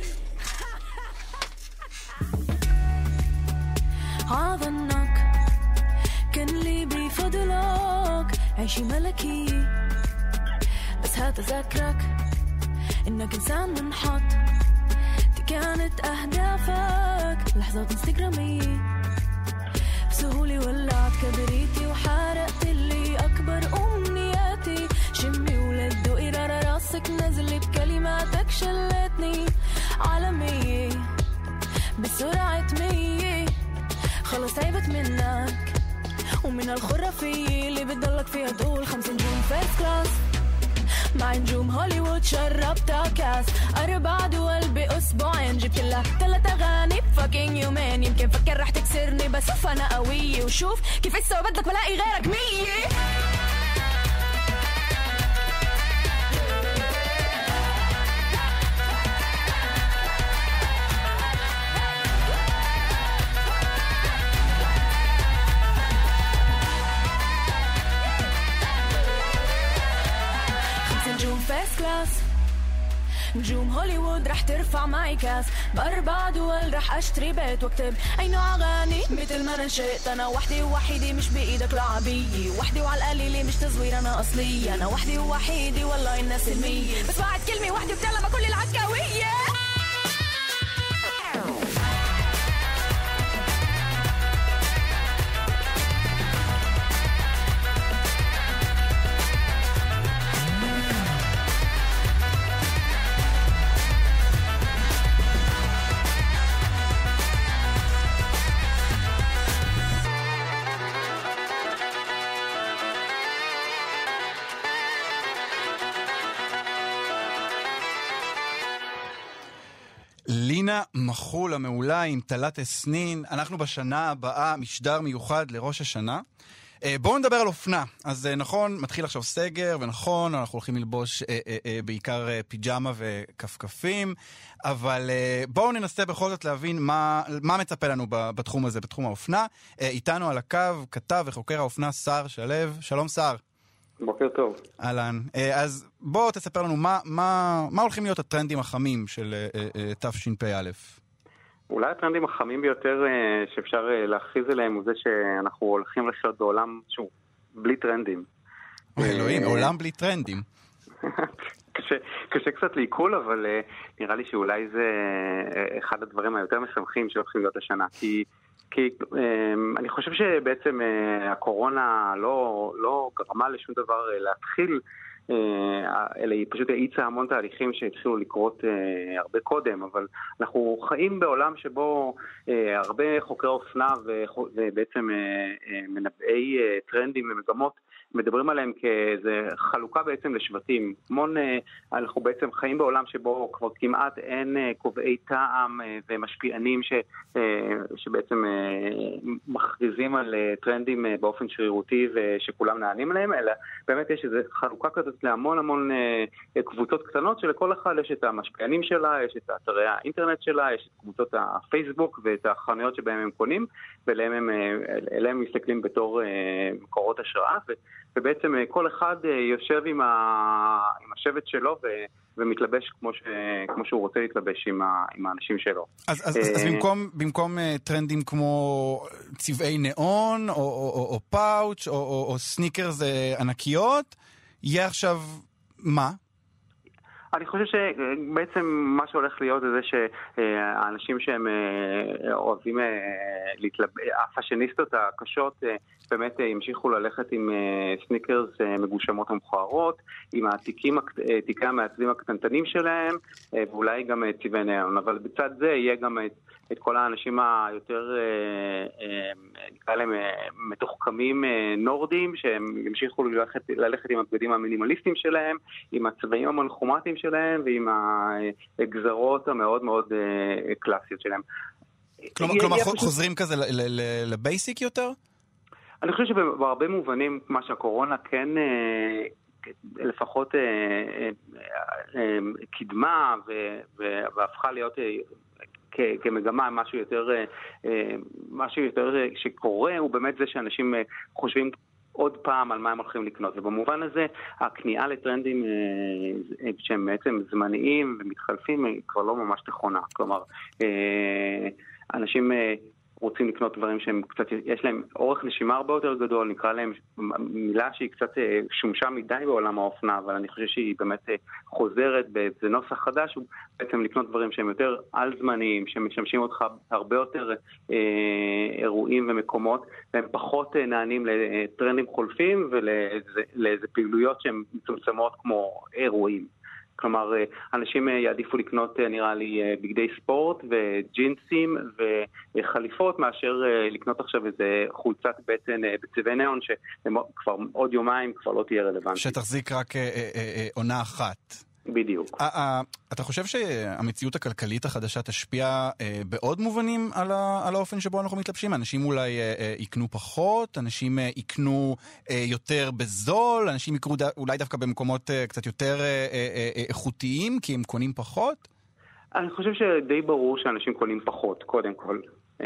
[SPEAKER 6] عظنك كان لي بفضلك عيشي ملكي بس هتذكرك إنك إنسان منحط دي كانت أهدافك لحظات انستغرامية بسهولة ولعت كبريتي وحرقت اللي أكبر أمنياتي شمي ولد دوقي راسك نزلي بكلماتك شلتني عالمية بسرعة 100 خلص عيبت منك ومن الخرافية اللي بتضلك فيها تقول 5 نجوم فيرست كلاس مع نجوم هوليوود شربتها كاس 4 دول بأسبوعين جبت لها 3 أغاني بفاكين يومين يمكن فكر رح تكسرني بس شوف أنا قوية وشوف كيف السوا بدك بلاقي غيرك 100 فيرست كلاس نجوم هوليوود رح ترفع معي كاس ب4 دول رح اشتري بيت واكتب اي نوع اغاني مثل ما نشأت انا وحدي ووحيدي مش بايدك لعبية وحدي وعلى القليلة مش تزوير انا اصلية انا وحدي ووحيدي والله الناس 100 بس بعد كلمة وحدي بتعلم كل العكاوية
[SPEAKER 3] לינה מחול המעולה עם תלת הסנין. אנחנו בשנה הבאה משדר מיוחד לראש השנה. בואו נדבר על אופנה. אז נכון, מתחיל עכשיו סגר, ונכון, אנחנו הולכים ללבוש בעיקר פיג'מה וכפכפים, אבל בואו ננסה בכל זאת להבין מה מצפה לנו בתחום הזה, בתחום האופנה. איתנו על הקו כתב וחוקר האופנה שר שלו. שלום שר.
[SPEAKER 9] בוקר טוב.
[SPEAKER 3] אהלן. אז בואו תספר לנו מה הולכים להיות הטרנדים החמים של תשפ"א.
[SPEAKER 9] אולי הטרנדים החמים ביותר שאפשר להכריז עליהם הוא זה שאנחנו הולכים לחיות בעולם שהוא בלי טרנדים.
[SPEAKER 3] אלוהים, עולם בלי טרנדים.
[SPEAKER 9] קשה קצת לעיכול, אבל נראה לי שאולי זה אחד הדברים היותר משמחים שהולכים להיות השנה. כי אני חושב שבעצם הקורונה לא גרמה לשום דבר להתחיל, אלא היא פשוט האיצה המון תהליכים שהתחילו לקרות הרבה קודם, אבל אנחנו חיים בעולם שבו הרבה חוקרי אופנה ובעצם מנבאי טרנדים ומגמות מדברים עליהם כאיזה חלוקה בעצם לשבטים. אנחנו בעצם חיים בעולם שבו כבר כמעט אין קובעי טעם ומשפיענים שבעצם מכריזים על טרנדים באופן שרירותי ושכולם נענים להם, אלא באמת יש איזו חלוקה כזאת להמון המון קבוצות קטנות שלכל אחד יש את המשפיענים שלה, יש את אתרי האינטרנט שלה, יש את קבוצות הפייסבוק ואת החנויות שבהם הם קונים, ואליהם הם מסתכלים בתור מקורות השראה, ובעצם כל אחד יושב עם השבט שלו ומתלבש כמו שהוא רוצה להתלבש עם האנשים שלו.
[SPEAKER 3] אז במקום טרנדים כמו צבעי נאון או פאוץ' או סניקרס ענקיות, יהיה עכשיו מה?
[SPEAKER 9] אני חושב שבעצם מה שהולך להיות זה שהאנשים שהם אוהבים הפאשיניסטות הקשות באמת ימשיכו ללכת עם סניקרס מגושמות ומכוערות, עם תיקי המעצבים הקטנטנים שלהם, ואולי גם צבעי נאון. אבל בצד זה יהיה גם את כל האנשים היותר, נקרא להם, מתוחכמים נורדים, שהם ימשיכו ללכת עם הבגדים המינימליסטיים שלהם, עם הצבעים המנחומטיים שלהם, ועם הגזרות המאוד מאוד קלאסיות שלהם.
[SPEAKER 3] כלומר, חוזרים כזה לבייסיק יותר?
[SPEAKER 9] אני חושב שבהרבה מובנים, מה שהקורונה כן לפחות קידמה והפכה להיות כמגמה, משהו יותר שקורה, הוא באמת זה שאנשים חושבים עוד פעם על מה הם הולכים לקנות, ובמובן הזה הקנייה לטרנדים שהם בעצם זמניים ומתחלפים היא כבר לא ממש נכונה. כלומר, אנשים רוצים לקנות דברים שהם קצת, יש להם אורך נשימה הרבה יותר גדול, נקרא להם מילה שהיא קצת שומשה מדי בעולם האופנה, אבל אני חושב שהיא באמת חוזרת באיזה נוסח חדש, הוא בעצם לקנות דברים שהם יותר על זמניים, שמשמשים אותך הרבה יותר אירועים ומקומות, והם פחות נענים לטרנדים חולפים ולאיזה פעילויות שהן מצומצמות כמו אירועים. כלומר, אנשים יעדיפו לקנות, נראה לי, בגדי ספורט וג'ינסים וחליפות, מאשר לקנות עכשיו איזה חולצת בטן בצבעי נאון, שכבר עוד יומיים כבר לא תהיה רלוונטית.
[SPEAKER 3] שתחזיק רק עונה אחת.
[SPEAKER 9] בדיוק.
[SPEAKER 3] אתה חושב שהמציאות הכלכלית החדשה תשפיע בעוד מובנים על האופן שבו אנחנו מתלבשים? אנשים אולי יקנו פחות, אנשים יקנו יותר בזול, אנשים יקנו אולי דווקא במקומות קצת יותר איכותיים, כי הם קונים פחות?
[SPEAKER 9] אני חושב שדי ברור שאנשים קונים פחות, קודם כל.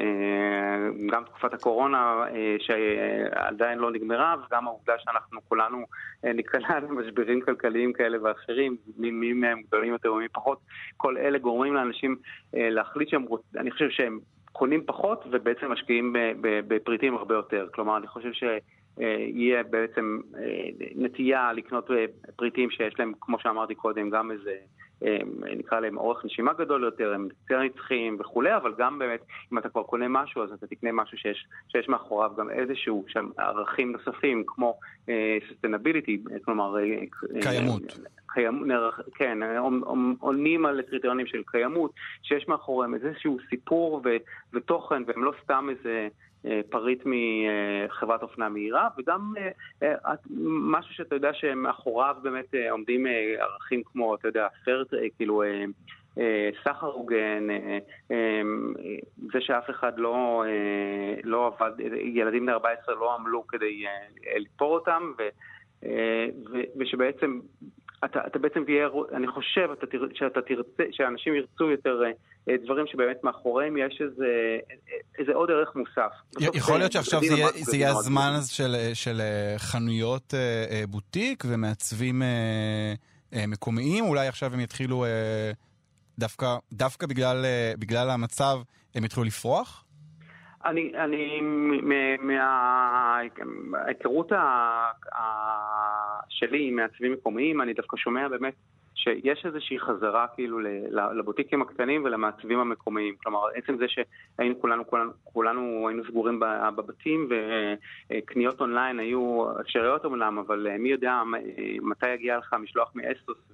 [SPEAKER 9] גם תקופת הקורונה שעדיין לא נגמרה, וגם העובדה שאנחנו כולנו נקלע למשברים כלכליים כאלה ואחרים, מי מהם גדולים יותר ומי פחות, כל אלה גורמים לאנשים להחליט אני חושב שהם קונים פחות ובעצם משקיעים בפריטים הרבה יותר. כלומר, אני חושב שיהיה בעצם נטייה לקנות פריטים שיש להם, כמו שאמרתי קודם, גם איזה נקרא להם אורך נשימה גדול יותר, הם יותר נצחיים וכולי, אבל גם באמת, אם אתה כבר קונה משהו, אז אתה תקנה משהו שיש מאחוריו גם איזשהו ערכים נוספים, כמו sustainability, כלומר
[SPEAKER 3] קיימות.
[SPEAKER 9] כן, עונים על קריטריונים של קיימות, שיש מאחוריהם איזשהו סיפור ותוכן, והם לא סתם איזה פריט מחברת אופנה מהירה, וגם משהו שאתה יודע שמאחוריו באמת עומדים ערכים כמו, אתה יודע, כאילו סחר הוגן, זה שאף אחד לא עבד, ילדים בני 14 לא עמלו כדי לפתור אותם, ושבעצם אתה בעצם תהיה, אני חושב שאתה תרצה, שאנשים ירצו יותר דברים שבאמת מאחוריהם יש איזה עוד ערך מוסף.
[SPEAKER 3] יכול להיות שעכשיו זה יהיה הזמן של חנויות בוטיק ומעצבים מקומיים, אולי עכשיו הם יתחילו דווקא בגלל המצב הם יתחילו לפרוח?
[SPEAKER 9] אני מההיכרות שלי עם מעצבים מקומיים, אני דווקא שומע באמת שיש איזושהי חזרה כאילו לבוטיקים הקטנים ולמעצבים המקומיים. כלומר, עצם זה שהיינו כולנו היינו סגורים בבתים, וקניות אונליין היו אפשריות אומנם, אבל מי יודע מתי יגיע לך משלוח מאסוס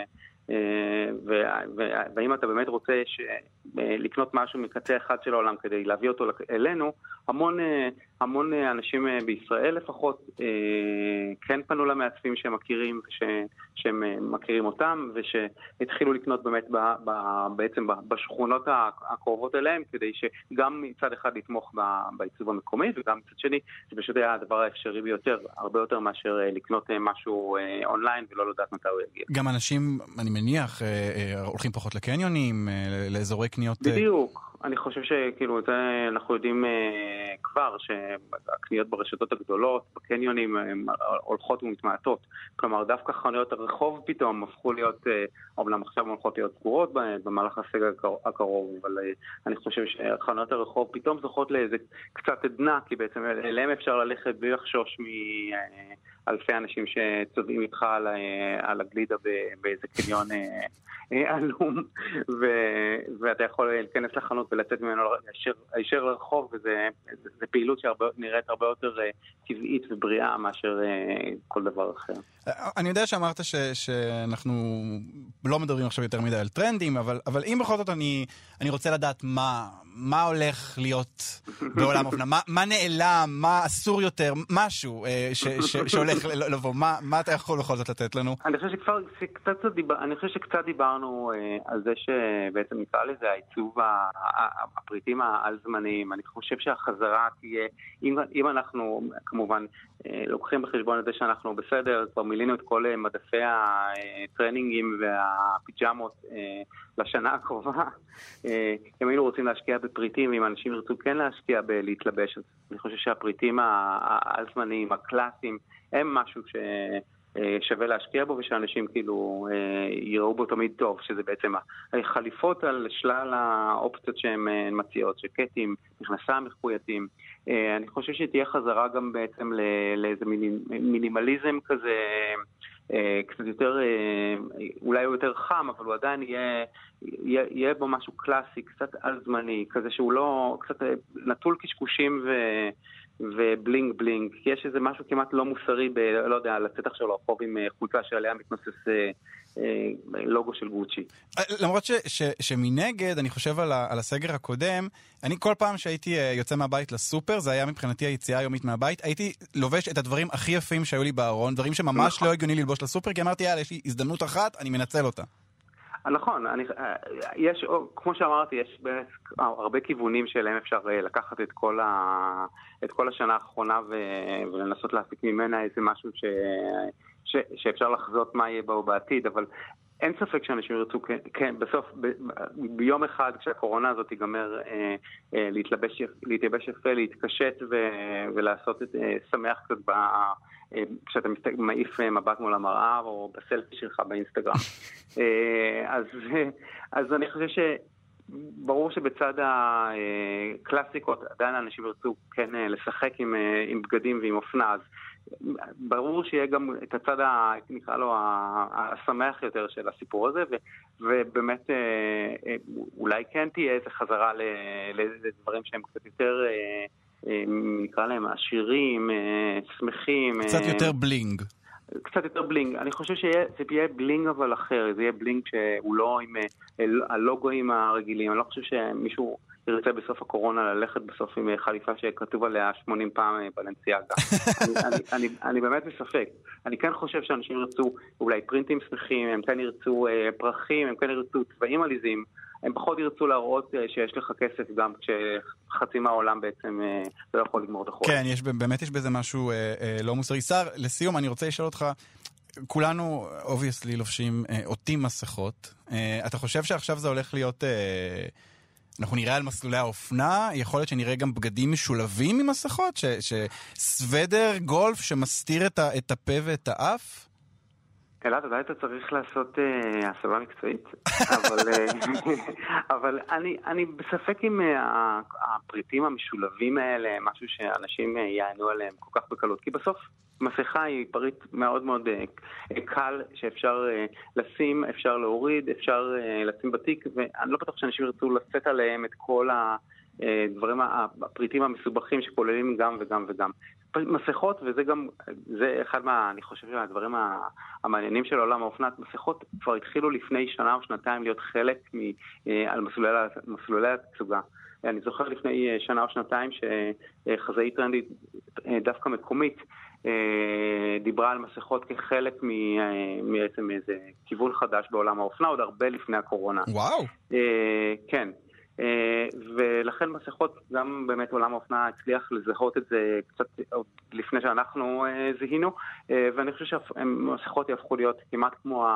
[SPEAKER 9] ואם אתה באמת רוצה לקנות משהו מקצה אחד של העולם כדי להביא אותו אלינו, המון אנשים בישראל לפחות כן פנו למעצבים שהם מכירים, שהם מכירים אותם, ושהתחילו לקנות באמת בעצם בשכונות הקרובות אליהם, כדי שגם מצד אחד לתמוך בעיצוב המקומי, וגם מצד שני זה פשוט היה הדבר האפשרי ביותר, הרבה יותר מאשר לקנות משהו אונליין ולא לדעת מתי הוא יגיע.
[SPEAKER 3] גם אנשים, אני מניח, הולכים פחות לקניונים, לאזורי קניות.
[SPEAKER 9] בדיוק. אני חושב שכאילו אנחנו יודעים כבר שהקניות ברשתות הגדולות, בקניונים, הולכות ומתמעטות. כלומר, דווקא חנויות הרחוב פתאום הפכו להיות, אומנם עכשיו הולכות להיות סגורות במהלך הסגר הקרוב, אבל אני חושב שחנויות הרחוב פתאום זוכות לאיזה קצת עדנה, כי בעצם אליהם אפשר ללכת בלי לחשוש מאלפי אנשים שצובעים איתך על הגלידה באיזה קניון עלום, ואתה יכול להיכנס לחנות ולצאת ממנו הישר לרחוב, וזה פעילות שנראית הרבה יותר טבעית ובריאה מאשר כל דבר אחר.
[SPEAKER 3] אני יודע שאמרת שאנחנו לא מדברים עכשיו יותר מדי על טרנדים, אבל אם בכל זאת אני רוצה לדעת מה הולך להיות בעולם האופנה? מה נעלם? מה אסור יותר? משהו שהולך לבוא. מה אתה יכול בכל זאת לתת לנו?
[SPEAKER 9] אני חושב שקצת דיברנו על זה שבעצם נקרא לזה העיצוב הפריטים העל-זמניים. אני חושב שהחזרה תהיה, אם אנחנו כמובן לוקחים בחשבון את זה שאנחנו בסדר, כבר מילינו את כל מדפי הטרנינגים והפיג'מות לשנה הקרובה, אם היינו רוצים להשקיע בפריטים, אם אנשים ירצו כן להשקיע בלהתלבש, אז אני חושב שהפריטים העל-זמניים, הקלאסיים, הם משהו ששווה להשקיע בו, ושאנשים כאילו יראו בו תמיד טוב, שזה בעצם החליפות על שלל האופציות שהן מציעות, שקטים, מכנסה מחוייתים. אני חושב שתהיה חזרה גם בעצם לאיזה מינימליזם כזה, קצת יותר, אולי הוא יותר חם, אבל הוא עדיין יהיה בו משהו קלאסי, קצת על זמני, כזה שהוא לא, קצת נטול קשקושים ובלינג בלינג, כי יש איזה משהו כמעט לא מוסרי, לא יודע, לצאת עכשיו לרחוב עם חולצה שעליה מתנוסס לוגו של גוצ'י.
[SPEAKER 3] למרות שמנגד, אני חושב על הסגר הקודם, אני כל פעם שהייתי יוצא מהבית לסופר, זה היה מבחינתי היציאה היומית מהבית, הייתי לובש את הדברים הכי יפים שהיו לי בארון, דברים שממש לא הגיוני ללבוש לסופר, כי אמרתי, יאללה, יש לי הזדמנות אחת, אני מנצל אותה.
[SPEAKER 9] נכון, יש, כמו שאמרתי, יש הרבה כיוונים שלהם אפשר לקחת את כל השנה האחרונה ולנסות להפיק ממנה איזה משהו שאפשר לחזות מה יהיה בו בעתיד, אבל אין ספק שאנשים ירצו, כן, בסוף, ביום אחד כשהקורונה הזאת תיגמר, להתייבש יפה, להתקשט ולעשות את שמח קצת כשאתה מעיף מבט מול המראה או בסלפי שלך באינסטגרם. אז אני חושב שברור שבצד הקלאסיקות עדיין אנשים ירצו כן לשחק עם בגדים ועם אופנה, אז ברור שיהיה גם את הצד, נקרא לו, השמח יותר של הסיפור הזה, ובאמת אולי כן תהיה איזו חזרה לדברים שהם קצת יותר, נקרא להם עשירים, שמחים.
[SPEAKER 3] קצת יותר בלינג.
[SPEAKER 9] קצת יותר בלינג. אני חושב שזה יהיה בלינג אבל אחר, זה יהיה בלינג שהוא לא עם הלוגוים הרגילים. אני לא חושב שמישהו ירצה בסוף הקורונה ללכת בסוף עם חליפה שכתוב עליה 80 פעם בלנסיאגה. אני באמת מספק. אני כן חושב שאנשים ירצו אולי פרינטים שמחים, הם כן ירצו פרחים, הם כן ירצו צבעים עליזים, הם פחות ירצו להראות שיש לך כסף גם כשחצי מהעולם בעצם לא יכול לגמור את החול.
[SPEAKER 3] כן, באמת יש בזה משהו לא מוסרי. שר, לסיום אני רוצה לשאול אותך, כולנו obviously לובשים עוטים מסכות. אתה חושב שעכשיו זה הולך להיות... אנחנו נראה על מסלולי האופנה, יכול להיות שנראה גם בגדים משולבים עם מסכות, שסוודר גולף שמסתיר את הפה ואת האף?
[SPEAKER 9] אלעד, עדיין אתה צריך לעשות הסבה מקצועית, אבל אני בספק עם הפריטים המשולבים האלה, משהו שאנשים יענו עליהם כל כך בקלות, כי בסוף מסכה היא פריט מאוד מאוד קל, שאפשר לשים, אפשר להוריד, אפשר לשים בתיק, ואני לא בטוח שאנשים ירצו לשאת עליהם את כל הדברים, הפריטים המסובכים שכוללים גם וגם וגם. מסכות, וזה גם, זה אחד אני חושב מהדברים המעניינים של עולם האופנה, מסכות כבר התחילו לפני שנה או שנתיים להיות חלק על מסלולי התצוגה. אני זוכר לפני שנה או שנתיים שחזאית טרנדית דווקא מקומית דיברה על מסכות כחלק בעצם איזה כיוון חדש בעולם האופנה, עוד הרבה לפני הקורונה.
[SPEAKER 3] וואו.
[SPEAKER 9] כן. ולכן מסכות, גם באמת עולם האופנה הצליח לזהות את זה קצת לפני שאנחנו זיהינו, ואני חושב שהמסכות יהפכו להיות כמעט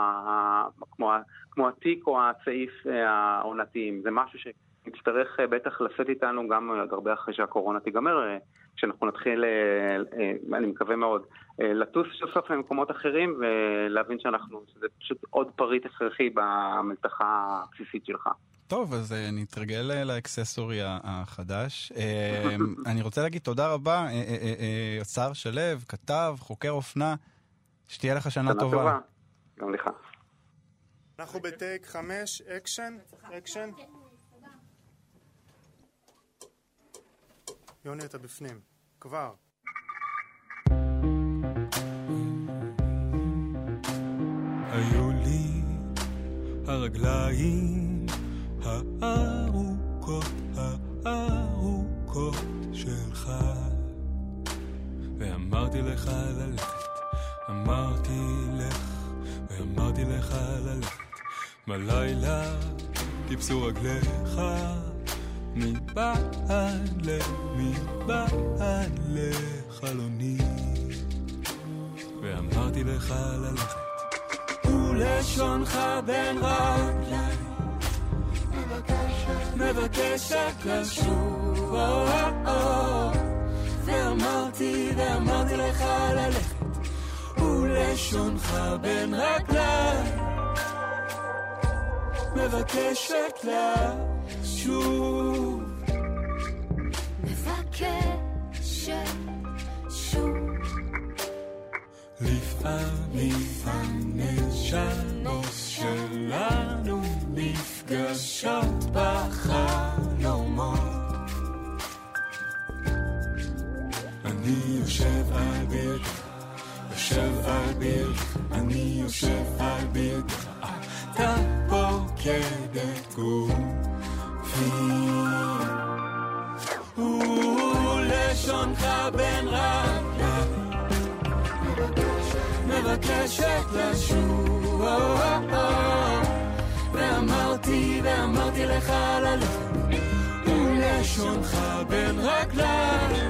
[SPEAKER 9] כמו התיק או הצעיף העונתיים. זה משהו שנצטרך בטח לשאת איתנו גם הרבה אחרי שהקורונה תיגמר, כשאנחנו נתחיל, אני מקווה מאוד, לטוס סוף למקומות אחרים ולהבין שזה פשוט עוד פריט הכרחי במלתחה הבסיסית שלך.
[SPEAKER 3] טוב, אז נתרגל לאקססורי החדש. אני רוצה להגיד תודה רבה, שר שלו, כתב, חוקר אופנה, שתהיה לך שנה טובה.
[SPEAKER 9] גם לך.
[SPEAKER 10] אנחנו בטייק 5, אקשן. יוני, אתה בפנים. כבר.
[SPEAKER 11] היו לי הרגליים הארוכות הארוכות שלך, ואמרתי לך ללכת, אמרתי לך, ואמרתי לך ללכת. בלילה טיפסו רגליך מבעד לחלוני, ואמרתי לך ללכת, ולשונך בין רגלי מבקשת לשוב, ואמרתי לך ללכת, ולשונך בין רגלי מבקשת לשוב,
[SPEAKER 6] מבקשת שוב.
[SPEAKER 11] לפעמים הנשמות שלנו נפגשות בחלומות. אני יושב על ביתך, יושב על ביתך, אני יושב על ביתך, אתה פוקד את גופי, ולשונך בין רגלי מבקשת לשוב, ואמרתי לך ללכת, ולשונך בין רגלי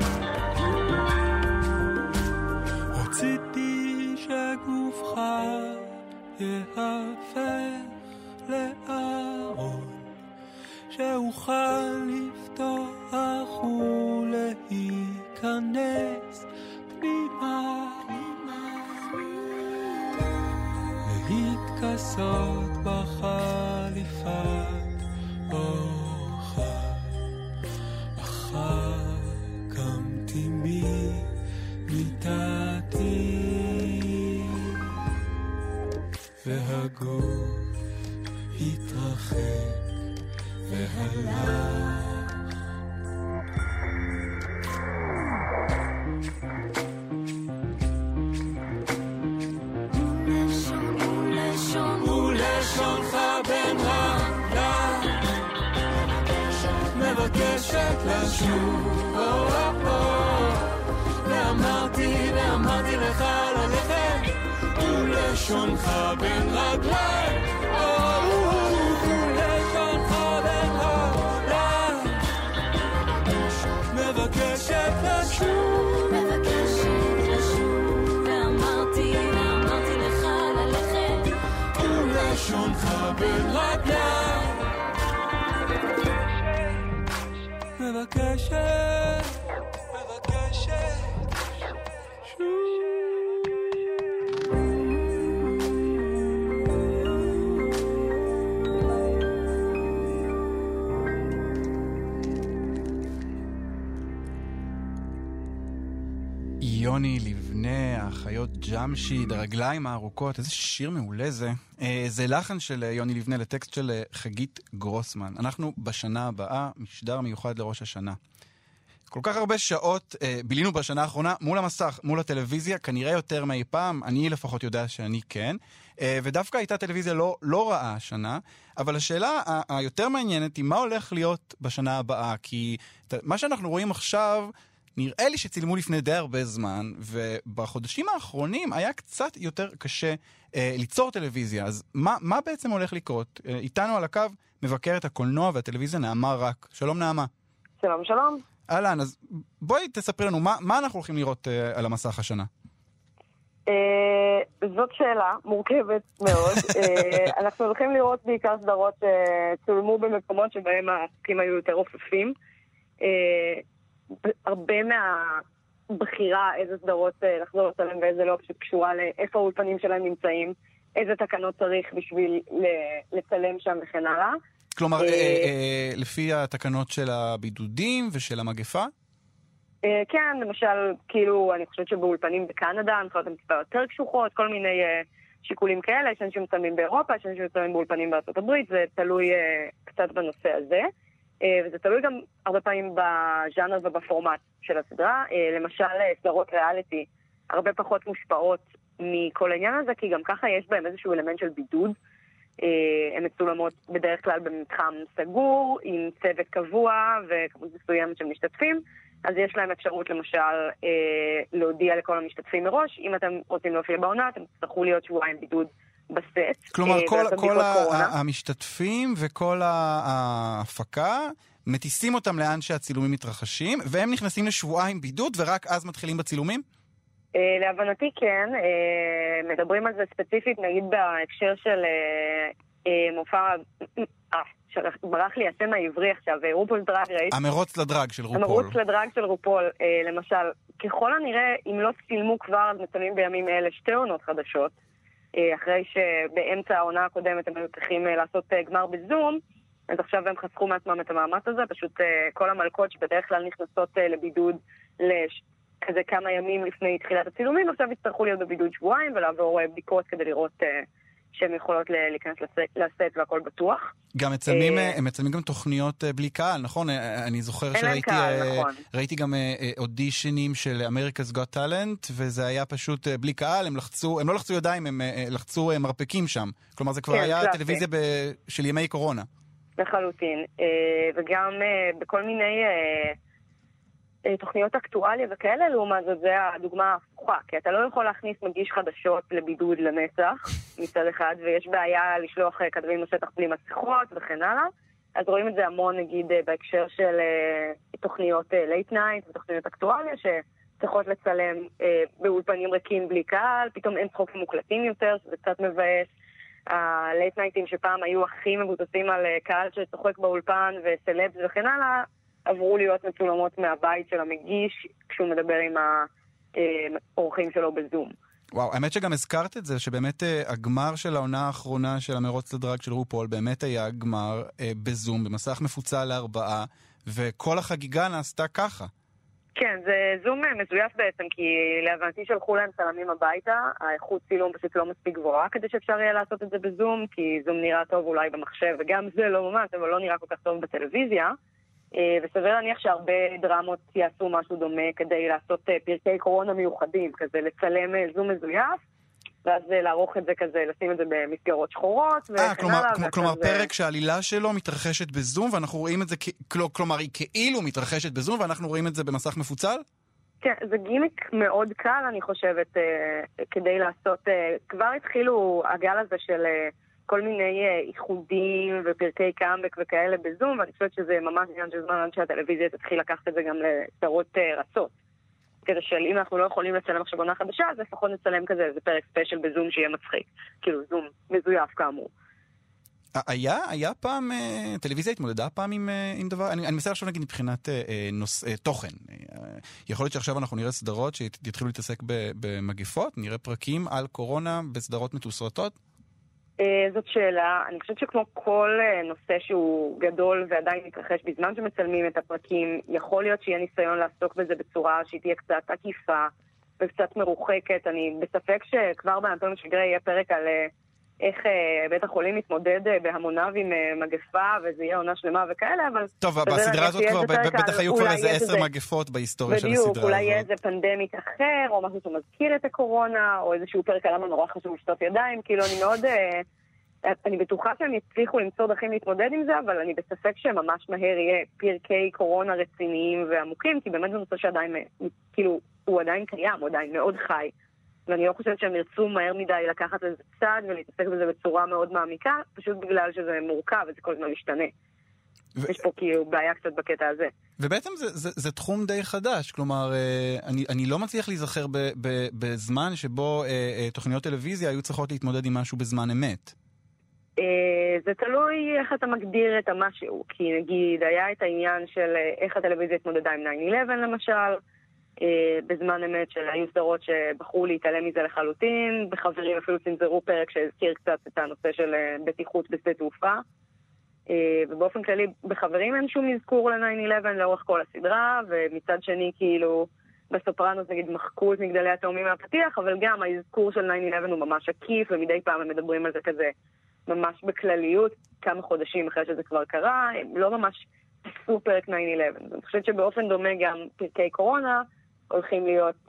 [SPEAKER 11] רציתי שגופך יהפך לארון, שאוכל לפתוח ולהיכנס פנימה, להתכסות בחליפת אורך, אחר קמתי ממיטתי, והגוף התרחק והלך. ולשונך בין רגלי מבקשת לשוב, ואמרתי לך ללכת, ולשונך בין רגלי, ולשונך בין רגלי מבקשת לשוב,
[SPEAKER 6] ואמרתי לך ללכת,
[SPEAKER 11] ולשונך בין רגלי מבקשת
[SPEAKER 3] יוני לבנה, האחיות ג'משיד, הרגליים הארוכות, איזה שיר מעולה זה. זה לחן של יוני לבנה לטקסט של חגית גרוסמן. אנחנו בשנה הבאה, משדר מיוחד לראש השנה. כל כך הרבה שעות בילינו בשנה האחרונה מול המסך, מול הטלוויזיה, כנראה יותר מאי פעם, אני לפחות יודע שאני כן, ודווקא הייתה טלוויזיה לא רעה השנה, אבל השאלה היותר מעניינת היא מה הולך להיות בשנה הבאה, כי מה שאנחנו רואים עכשיו נראה לי שצילמו לפני די הרבה זמן, ובחודשים האחרונים היה קצת יותר קשה ליצור טלוויזיה. אז מה בעצם הולך לקרות? איתנו על הקו מבקרת הקולנוע והטלוויזיה נעמה רק. שלום נעמה.
[SPEAKER 4] שלום, שלום.
[SPEAKER 3] אהלן, אז בואי תספרי לנו, מה אנחנו הולכים לראות על המסך השנה?
[SPEAKER 4] זאת שאלה מורכבת מאוד. אנחנו הולכים לראות בעיקר סדרות שצולמו במקומות שבהם העסקים היו יותר עופפים. הרבה מהבחירה איזה סדרות לחזור לצלם ואיזה לא, שקשורה לאיפה האולפנים שלהם נמצאים, איזה תקנות צריך בשביל לצלם שם וכן הלאה.
[SPEAKER 3] כלומר, לפי התקנות של הבידודים ושל המגפה?
[SPEAKER 4] כן, למשל, כאילו, אני חושבת שבאולפנים בקנדה, הנחיות הן טיפה יותר קשוחות, כל מיני שיקולים כאלה, יש אנשים מצלמים באירופה, יש אנשים מצלמים באולפנים בארצות הברית, זה תלוי קצת בנושא הזה. וזה תלוי גם הרבה פעמים בז'אנר ובפורמט של הסדרה. למשל, סדרות ריאליטי הרבה פחות מושפעות מכל העניין הזה, כי גם ככה יש בהם איזשהו אלמנט של בידוד. הן מצולמות בדרך כלל במתחם סגור, עם צוות קבוע וכמות מסוימת של משתתפים, אז יש להם אפשרות למשל להודיע לכל המשתתפים מראש, אם אתם רוצים להופיע בעונה, אתם תצטרכו להיות שבועיים בידוד בסט.
[SPEAKER 3] כלומר, כל המשתתפים וכל ההפקה מטיסים אותם לאן שהצילומים מתרחשים, והם נכנסים לשבועיים בידוד ורק אז מתחילים בצילומים?
[SPEAKER 4] להבנתי כן, מדברים על זה ספציפית, נגיד בהקשר של מופע, ברח לי השם העברי עכשיו, רופול דרג רייס.
[SPEAKER 3] המרוץ לדרג של רופול.
[SPEAKER 4] המרוץ לדרג של רופול, למשל, ככל הנראה, אם לא צילמו כבר, אז מצלמים בימים אלה 2 עונות חדשות, אחרי שבאמצע העונה הקודמת הם היו צריכים לעשות גמר בזום, אז עכשיו הם חסכו מעצמם את המאמץ הזה, פשוט כל המלכות שבדרך כלל נכנסות לבידוד כזה כמה ימים לפני תחילת הצילומים, עכשיו יצטרכו להיות בבידוד שבועיים ולעבור בדיקות כדי לראות שהן יכולות להיכנס לסט והכל בטוח.
[SPEAKER 3] גם מצלמים גם תוכניות בלי קהל, נכון? אני זוכר שראיתי גם אודישנים של America's Got Talent, וזה היה פשוט בלי קהל, הם לא לחצו ידיים, הם לחצו מרפקים שם. כלומר, זה כבר היה טלוויזיה של ימי קורונה.
[SPEAKER 4] לחלוטין. וגם בכל מיני תוכניות אקטואליה וכאלה, לעומת זאת, זה הדוגמה ההפוכה, כי אתה לא יכול להכניס מגיש חדשות לבידוד לנצח, מצד אחד, ויש בעיה לשלוח כתבים לשטח בלי מסכות וכן הלאה, אז רואים את זה המון, נגיד, בהקשר של תוכניות late night ותוכניות אקטואליה, שצריכות לצלם באולפנים ריקים בלי קהל, פתאום אין צחוקים מוקלטים יותר, שזה קצת מבאס, ה-late nightים שפעם היו הכי מבוססים על קהל שצוחק באולפן וסלבס וכן הלאה, עברו להיות מצולמות מהבית של המגיש כשהוא מדבר עם האורחים שלו בזום.
[SPEAKER 3] וואו, האמת שגם הזכרת את זה, שבאמת הגמר של העונה האחרונה של המרוץ לדרג של רופול, באמת היה גמר בזום, במסך מפוצל ל4, וכל החגיגה נעשתה ככה.
[SPEAKER 4] כן, זה זום מזויף בעצם, כי להבנתי שלחו להם צלמים הביתה, האיכות צילום פשוט לא מספיק גבוהה, כדי שאפשר יהיה לעשות את זה בזום, כי זום נראה טוב אולי במחשב, וגם זה לא ממש, אבל לא נראה כל כך טוב בטלוויזיה. וסביר להניח שהרבה דרמות יעשו משהו דומה כדי לעשות פרקי קורונה מיוחדים, כזה לצלם זום מזויף, ואז לערוך את זה כזה, לשים את זה במסגרות שחורות וכן הלאה.
[SPEAKER 3] כלומר פרק שהעלילה שלו מתרחשת בזום, ואנחנו רואים את זה, כלומר היא כאילו מתרחשת בזום, ואנחנו רואים את זה במסך מפוצל?
[SPEAKER 4] כן, זה גימיק מאוד קל, אני חושבת, כדי לעשות, כבר התחילו הגל הזה של כל מיני ייחודים ופרקי קאמבק וכאלה בזום, ואני חושבת שזה ממש עניין של זמן עד שהטלוויזיה תתחיל לקחת את זה גם לסדרות רצות. כדי שאם אנחנו לא יכולים לצלם עכשיו עונה חדשה, אז לפחות נצלם כזה, זה פרק ספיישל בזום שיהיה מצחיק. כאילו זום מזויף כאמור.
[SPEAKER 3] היה פעם, טלוויזיה התמודדה פעם עם דבר, אני מנסה עכשיו נגיד מבחינת תוכן. יכול להיות שעכשיו אנחנו נראה סדרות שיתחילו להתעסק במגפות, נראה פרקים על קורונה בסדרות מתוסרטות?
[SPEAKER 4] זאת שאלה. אני חושבת שכמו כל נושא שהוא גדול ועדיין מתרחש בזמן שמצלמים את הפרקים, יכול להיות שיהיה ניסיון לעסוק בזה בצורה שהיא תהיה קצת עקיפה וקצת מרוחקת. אני בספק שכבר באנטומיה של גריי יהיה פרק על איך בית החולים מתמודד בהמוניו עם מגפה, וזה יהיה עונה שלמה וכאלה, אבל...
[SPEAKER 3] טוב, בסדרה הזאת כבר בטח היו כבר איזה 10 מגפות בהיסטוריה של הסדרה הזאת.
[SPEAKER 4] בדיוק, אולי יהיה איזה פנדמית אחר, או משהו שמזכיר את הקורונה, או איזשהו פרק על למה נורא חשוב לשטוף ידיים, כאילו אני מאוד... אני בטוחה שהם יצליחו למצוא דרכים להתמודד עם זה, אבל אני בספק שממש מהר יהיה פרקי קורונה רציניים ועמוקים, כי באמת זה נושא שעדיין, כאילו, הוא עדיין קיים, הוא עדיין מאוד חי. ואני לא חושבת שהם ירצו מהר מדי לקחת איזה צד ולהתעסק בזה בצורה מאוד מעמיקה, פשוט בגלל שזה מורכב וזה כל הזמן משתנה. יש פה כאילו בעיה קצת בקטע הזה.
[SPEAKER 3] ובעצם זה תחום די חדש, כלומר, אני לא מצליח להיזכר בזמן שבו תוכניות טלוויזיה היו צריכות להתמודד עם משהו בזמן אמת.
[SPEAKER 4] זה תלוי איך אתה מגדיר את המשהו, כי נגיד היה את העניין של איך הטלוויזיה התמודדה עם 9/11 למשל, בזמן אמת של היו סדרות שבחרו להתעלם מזה לחלוטין, בחברים אפילו צנזרו פרק שהזכיר קצת את הנושא של בטיחות בשדה תעופה, ובאופן כללי בחברים אין שום מזכור ל-9/11 לאורך כל הסדרה, ומצד שני כאילו בסופרנוס נגיד מחקו את מגדלי התאומים מהפתיח, אבל גם האזכור של 9/11 הוא ממש עקיף, ומדי פעם הם מדברים על זה כזה ממש בכלליות, כמה חודשים אחרי שזה כבר קרה, הם לא ממש עשו פרק 9/11. אני חושבת שבאופן דומה גם פרקי קורונה הולכים להיות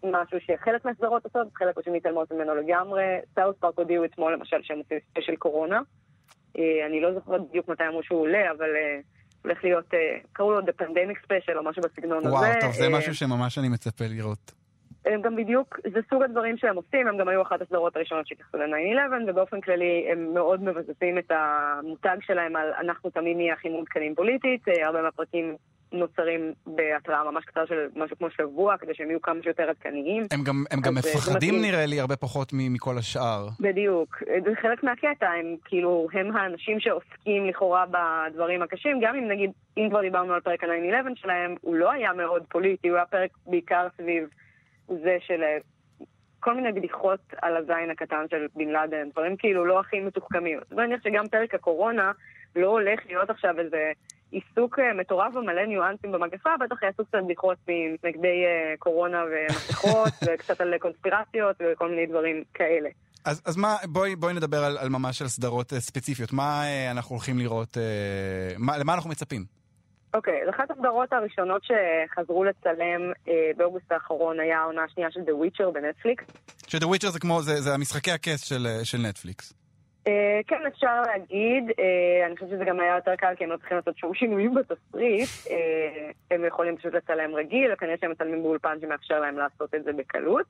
[SPEAKER 4] משהו שחלק מהסדרות עושות, חלק פשוט מתעלמות ממנו לגמרי. סאוס פארק הודיעו אתמול למשל שהם עושים ספיישל קורונה. אני לא זוכרת בדיוק מתי אמרו שהוא עולה, אבל הולך להיות, קראו לו The Pandemic Special או משהו בסגנון הזה.
[SPEAKER 3] וואו, טוב, זה משהו שממש אני מצפה לראות.
[SPEAKER 4] הם גם בדיוק, זה סוג הדברים שהם עושים, הם גם היו אחת הסדרות הראשונות שהתייחסו ל-9-11, ובאופן כללי הם מאוד מבססים את המותג שלהם על אנחנו תמיד נהיה הכי מעודכנים פוליטית, הרבה מהפרקים נוצרים בהתראה ממש קצרה של משהו כמו שבוע, כדי שהם יהיו כמה שיותר עדכניים.
[SPEAKER 3] הם גם מפחדים נראה לי הרבה פחות מכל השאר.
[SPEAKER 4] בדיוק, זה חלק מהקטע, הם האנשים שעוסקים לכאורה בדברים הקשים, גם אם נגיד, אם כבר דיברנו על פרק ה-9-11 שלהם, הוא לא היה מאוד פוליטי, הוא היה פרק בעיקר סביב זה של כל מיני בדיחות על הזין הקטן של בן לאדן, דברים כאילו לא הכי מתוחכמים. אז אני חושב שגם פרק הקורונה לא הולך להיות עכשיו איזה עיסוק מטורף ומלא ניואנסים במגפה, בטח יעשו קצת בדיחות ממתנגדי קורונה ומסכות, וקצת על קונספירציות וכל מיני דברים כאלה.
[SPEAKER 3] אז בואי נדבר על ממש על סדרות ספציפיות. מה אנחנו הולכים לראות, למה אנחנו מצפים?
[SPEAKER 4] אוקיי, אחת הסדרות הראשונות שחזרו לצלם באוגוסט האחרון היה העונה השנייה של The Witcher בנטפליקס. ש-The
[SPEAKER 3] Witcher זה כמו, זה המשחקי הכס של נטפליקס.
[SPEAKER 4] כן, אפשר להגיד. אני חושבת שזה גם היה יותר קל, כי הם לא צריכים לעשות שום שינויים בתסריט. הם יכולים פשוט לצלם רגיל, וכנראה שהם מצלמים באולפן שמאפשר להם לעשות את זה בקלות.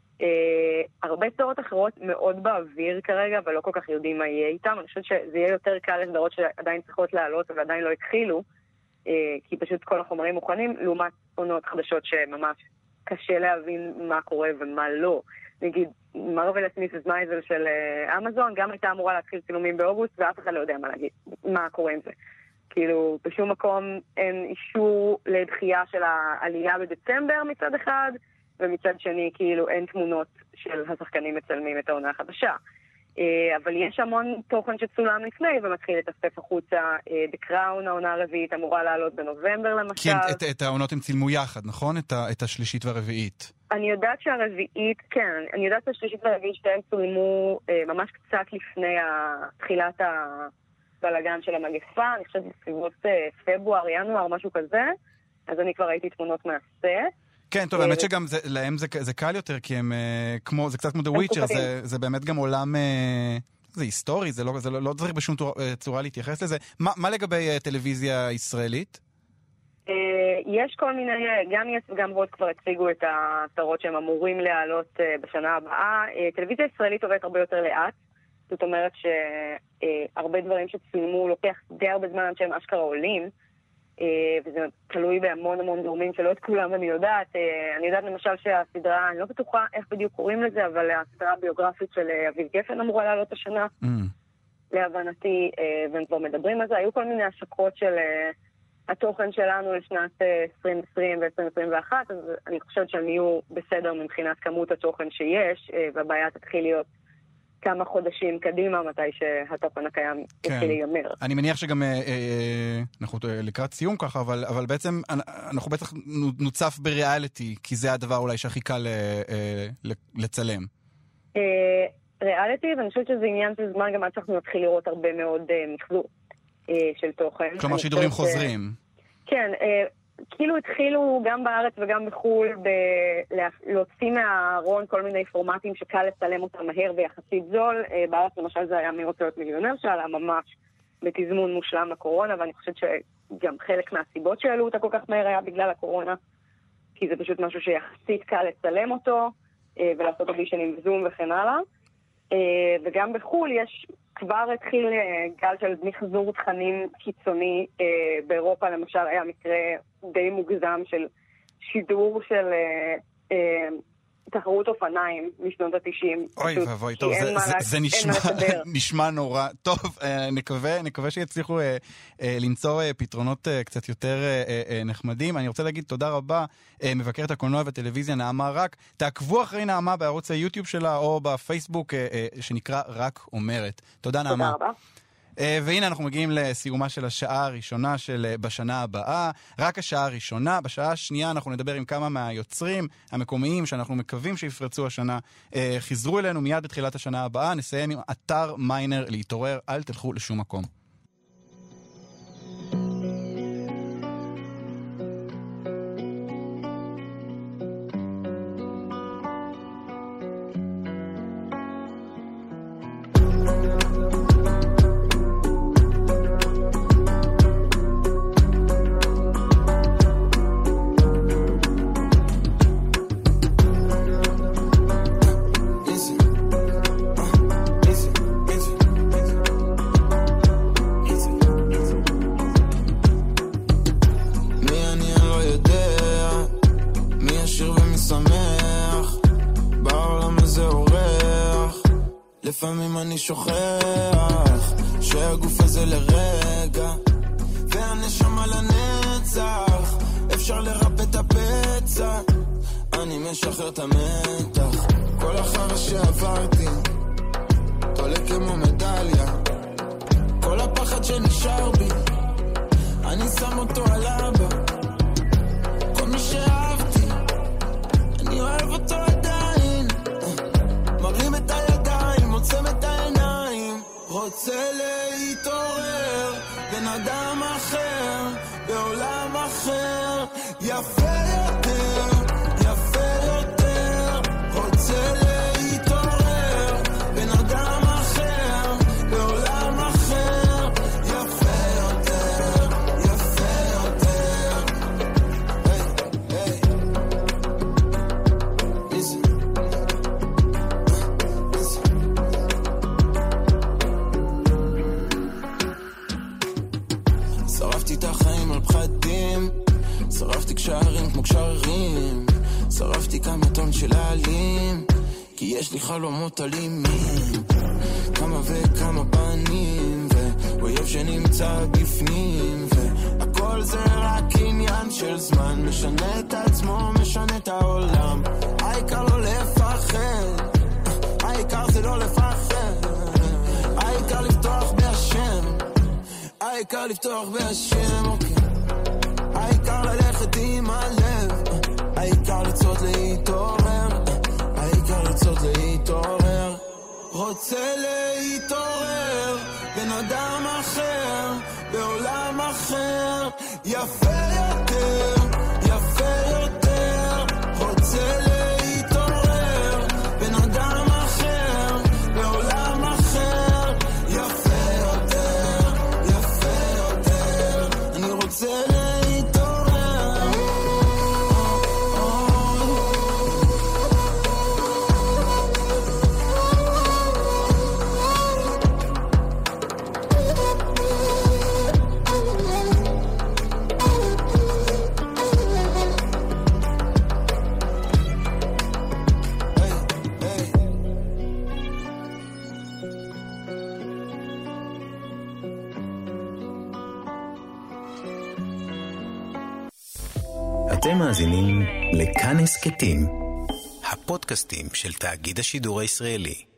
[SPEAKER 4] הרבה סדרות אחרות מאוד באוויר כרגע, ולא כל כך יודעים מה יהיה איתם. אני חושבת שזה יהיה יותר קל לסדרות שעדיין צריכות לעלות, ועדיין לא התחילו. כי פשוט כל החומרים מוכנים, לעומת עונות חדשות שממש קשה להבין מה קורה ומה לא. נגיד, מרוולס מיסס מייזל של אמזון, גם הייתה אמורה להתחיל צילומים באוגוסט, ואף אחד לא יודע מה קורה עם זה. כאילו, בשום מקום אין אישור לדחייה של העלייה בדצמבר מצד אחד, ומצד שני, כאילו, אין תמונות של השחקנים מצלמים את העונה החדשה. אבל יש המון תוכן שצולם לפני ומתחיל לטפטף החוצה. The Crown, העונה הרביעית, אמורה לעלות בנובמבר למשל.
[SPEAKER 3] כן, את העונות הם צילמו יחד, נכון? את השלישית והרביעית.
[SPEAKER 4] אני יודעת שהרביעית, כן, אני יודעת שהשלישית והרביעית שתיהם צולמו ממש קצת לפני תחילת הבלגן של המגפה. אני חושבת בסביבות פברואר, ינואר, משהו כזה. אז אני כבר ראיתי תמונות מהסט.
[SPEAKER 3] כן, טוב, האמת שגם להם זה קל יותר, כי הם כמו, זה קצת כמו The Witcher, זה באמת גם עולם, זה היסטורי, זה לא צריך בשום צורה להתייחס לזה. מה לגבי טלוויזיה ישראלית?
[SPEAKER 4] יש כל מיני, גם יס וגם רוט כבר הציגו את הסדרות שהם אמורים להעלות בשנה הבאה. טלוויזיה ישראלית עובדת הרבה יותר לאט, זאת אומרת שהרבה דברים שצולמו לוקח די הרבה זמן עד שהם אשכרה עולים, וזה תלוי בהמון המון גורמים שלא את כולם אני יודעת. אני יודעת למשל שהסדרה, אני לא בטוחה איך בדיוק קוראים לזה, אבל הסדרה הביוגרפית של אביב גפן אמורה לעלות השנה, להבנתי, והם כבר מדברים על זה. היו כל מיני השקות של התוכן שלנו לשנת 2020 ו-2021, אז אני חושבת שהם יהיו בסדר מבחינת כמות התוכן שיש, והבעיה תתחיל להיות כמה חודשים קדימה, מתי שהתוכן הקיים יתחיל להיגמר.
[SPEAKER 3] אני מניח שגם אנחנו לקראת סיום ככה, אבל בעצם אנחנו בטח נוצף בריאליטי, כי זה הדבר אולי שהכי קל לצלם.
[SPEAKER 4] ריאליטי, ואני חושבת שזה עניין של זמן גם עד שאנחנו נתחיל לראות הרבה מאוד מחזור של תוכן.
[SPEAKER 3] כלומר שידורים חוזרים.
[SPEAKER 4] כן, כאילו התחילו גם בארץ וגם בחול להוציא מהארון כל מיני פורמטים שקל לצלם אותם מהר ויחסית זול. בארץ למשל זה היה מי רוצה להיות מיליונר, שעלה ממש בתזמון מושלם לקורונה, ואני חושבת שגם חלק מהסיבות שעלו אותה כל כך מהר היה בגלל הקורונה, כי זה פשוט משהו שיחסית קל לצלם אותו ולעשות אודישנים בזום וכן הלאה. וגם בחול יש כבר התחיל גל של מחזור תכנים קיצוני. באירופה למשל היה מקרה די מוגזם של שידור של תחרות אופניים משנות ה-90.
[SPEAKER 3] אוי ואבוי, טוב, זה נשמע נורא. טוב, נקווה שיצליחו למצוא פתרונות קצת יותר נחמדים. אני רוצה להגיד תודה רבה, מבקרת הקולנוע וטלוויזיה נעמה רק. תעקבו אחרי נעמה בערוץ היוטיוב שלה או בפייסבוק שנקרא רק אומרת. תודה נעמה.
[SPEAKER 4] תודה רבה.
[SPEAKER 3] והנה אנחנו מגיעים לסיומה של השעה הראשונה של בשנה הבאה, רק השעה הראשונה. בשעה השנייה אנחנו נדבר עם כמה מהיוצרים המקומיים שאנחנו מקווים שיפרצו השנה, חזרו אלינו מיד בתחילת השנה הבאה. נסיים עם אתר מיינר להתעורר, אל תלכו לשום מקום.
[SPEAKER 12] אני שוכח שהגוף הזה לרגע והנשמה לנצח, אפשר לרפא את הפצע, אני משחרר את המתח, כל אחר שעברתי תולה כמו מדליה, כל הפחד שנשאר בי אני שם אותו על אבא, כל מי שאהבתי אני אוהב אותו עדיין, מרים את הידיים, עוצם את העיניים, רוצה להתעורר בן אדם אחר, בעולם אחר, יפה יותר, יפה יותר, רוצה להתעורר בן אדם אחר, בעולם אחר, יפה יותר, יפה יותר. היי, היי, איזה שרפתי את החיים על פחדים, שרפתי קשרים כמו קשרים, שרפתי כמה טון של העלים, כי יש לי חלומות אלימים, כמה וכמה פנים ואויב שנמצא בפנים, והכל זה רק עניין של זמן, משנה את עצמו, משנה את העולם, העיקר לא לפחד, העיקר זה לא לפחד, העיקר לפתוח בהשם, העיקר לפתוח בהשם, אוקיי, העיקר ללכת עם הלב, העיקר לצות להתעורר, העיקר לצות להתעורר, רוצה להתעורר בן אדם אחר, בעולם אחר, יפה יותר, יפה יותר, רוצה להתעורר בן אדם אחר, בעולם אחר, יפה יותר, יפה יותר, אני רוצה
[SPEAKER 1] אתם מאזינים לכאן הסכתים, הפודקאסטים של תאגיד השידור הישראלי.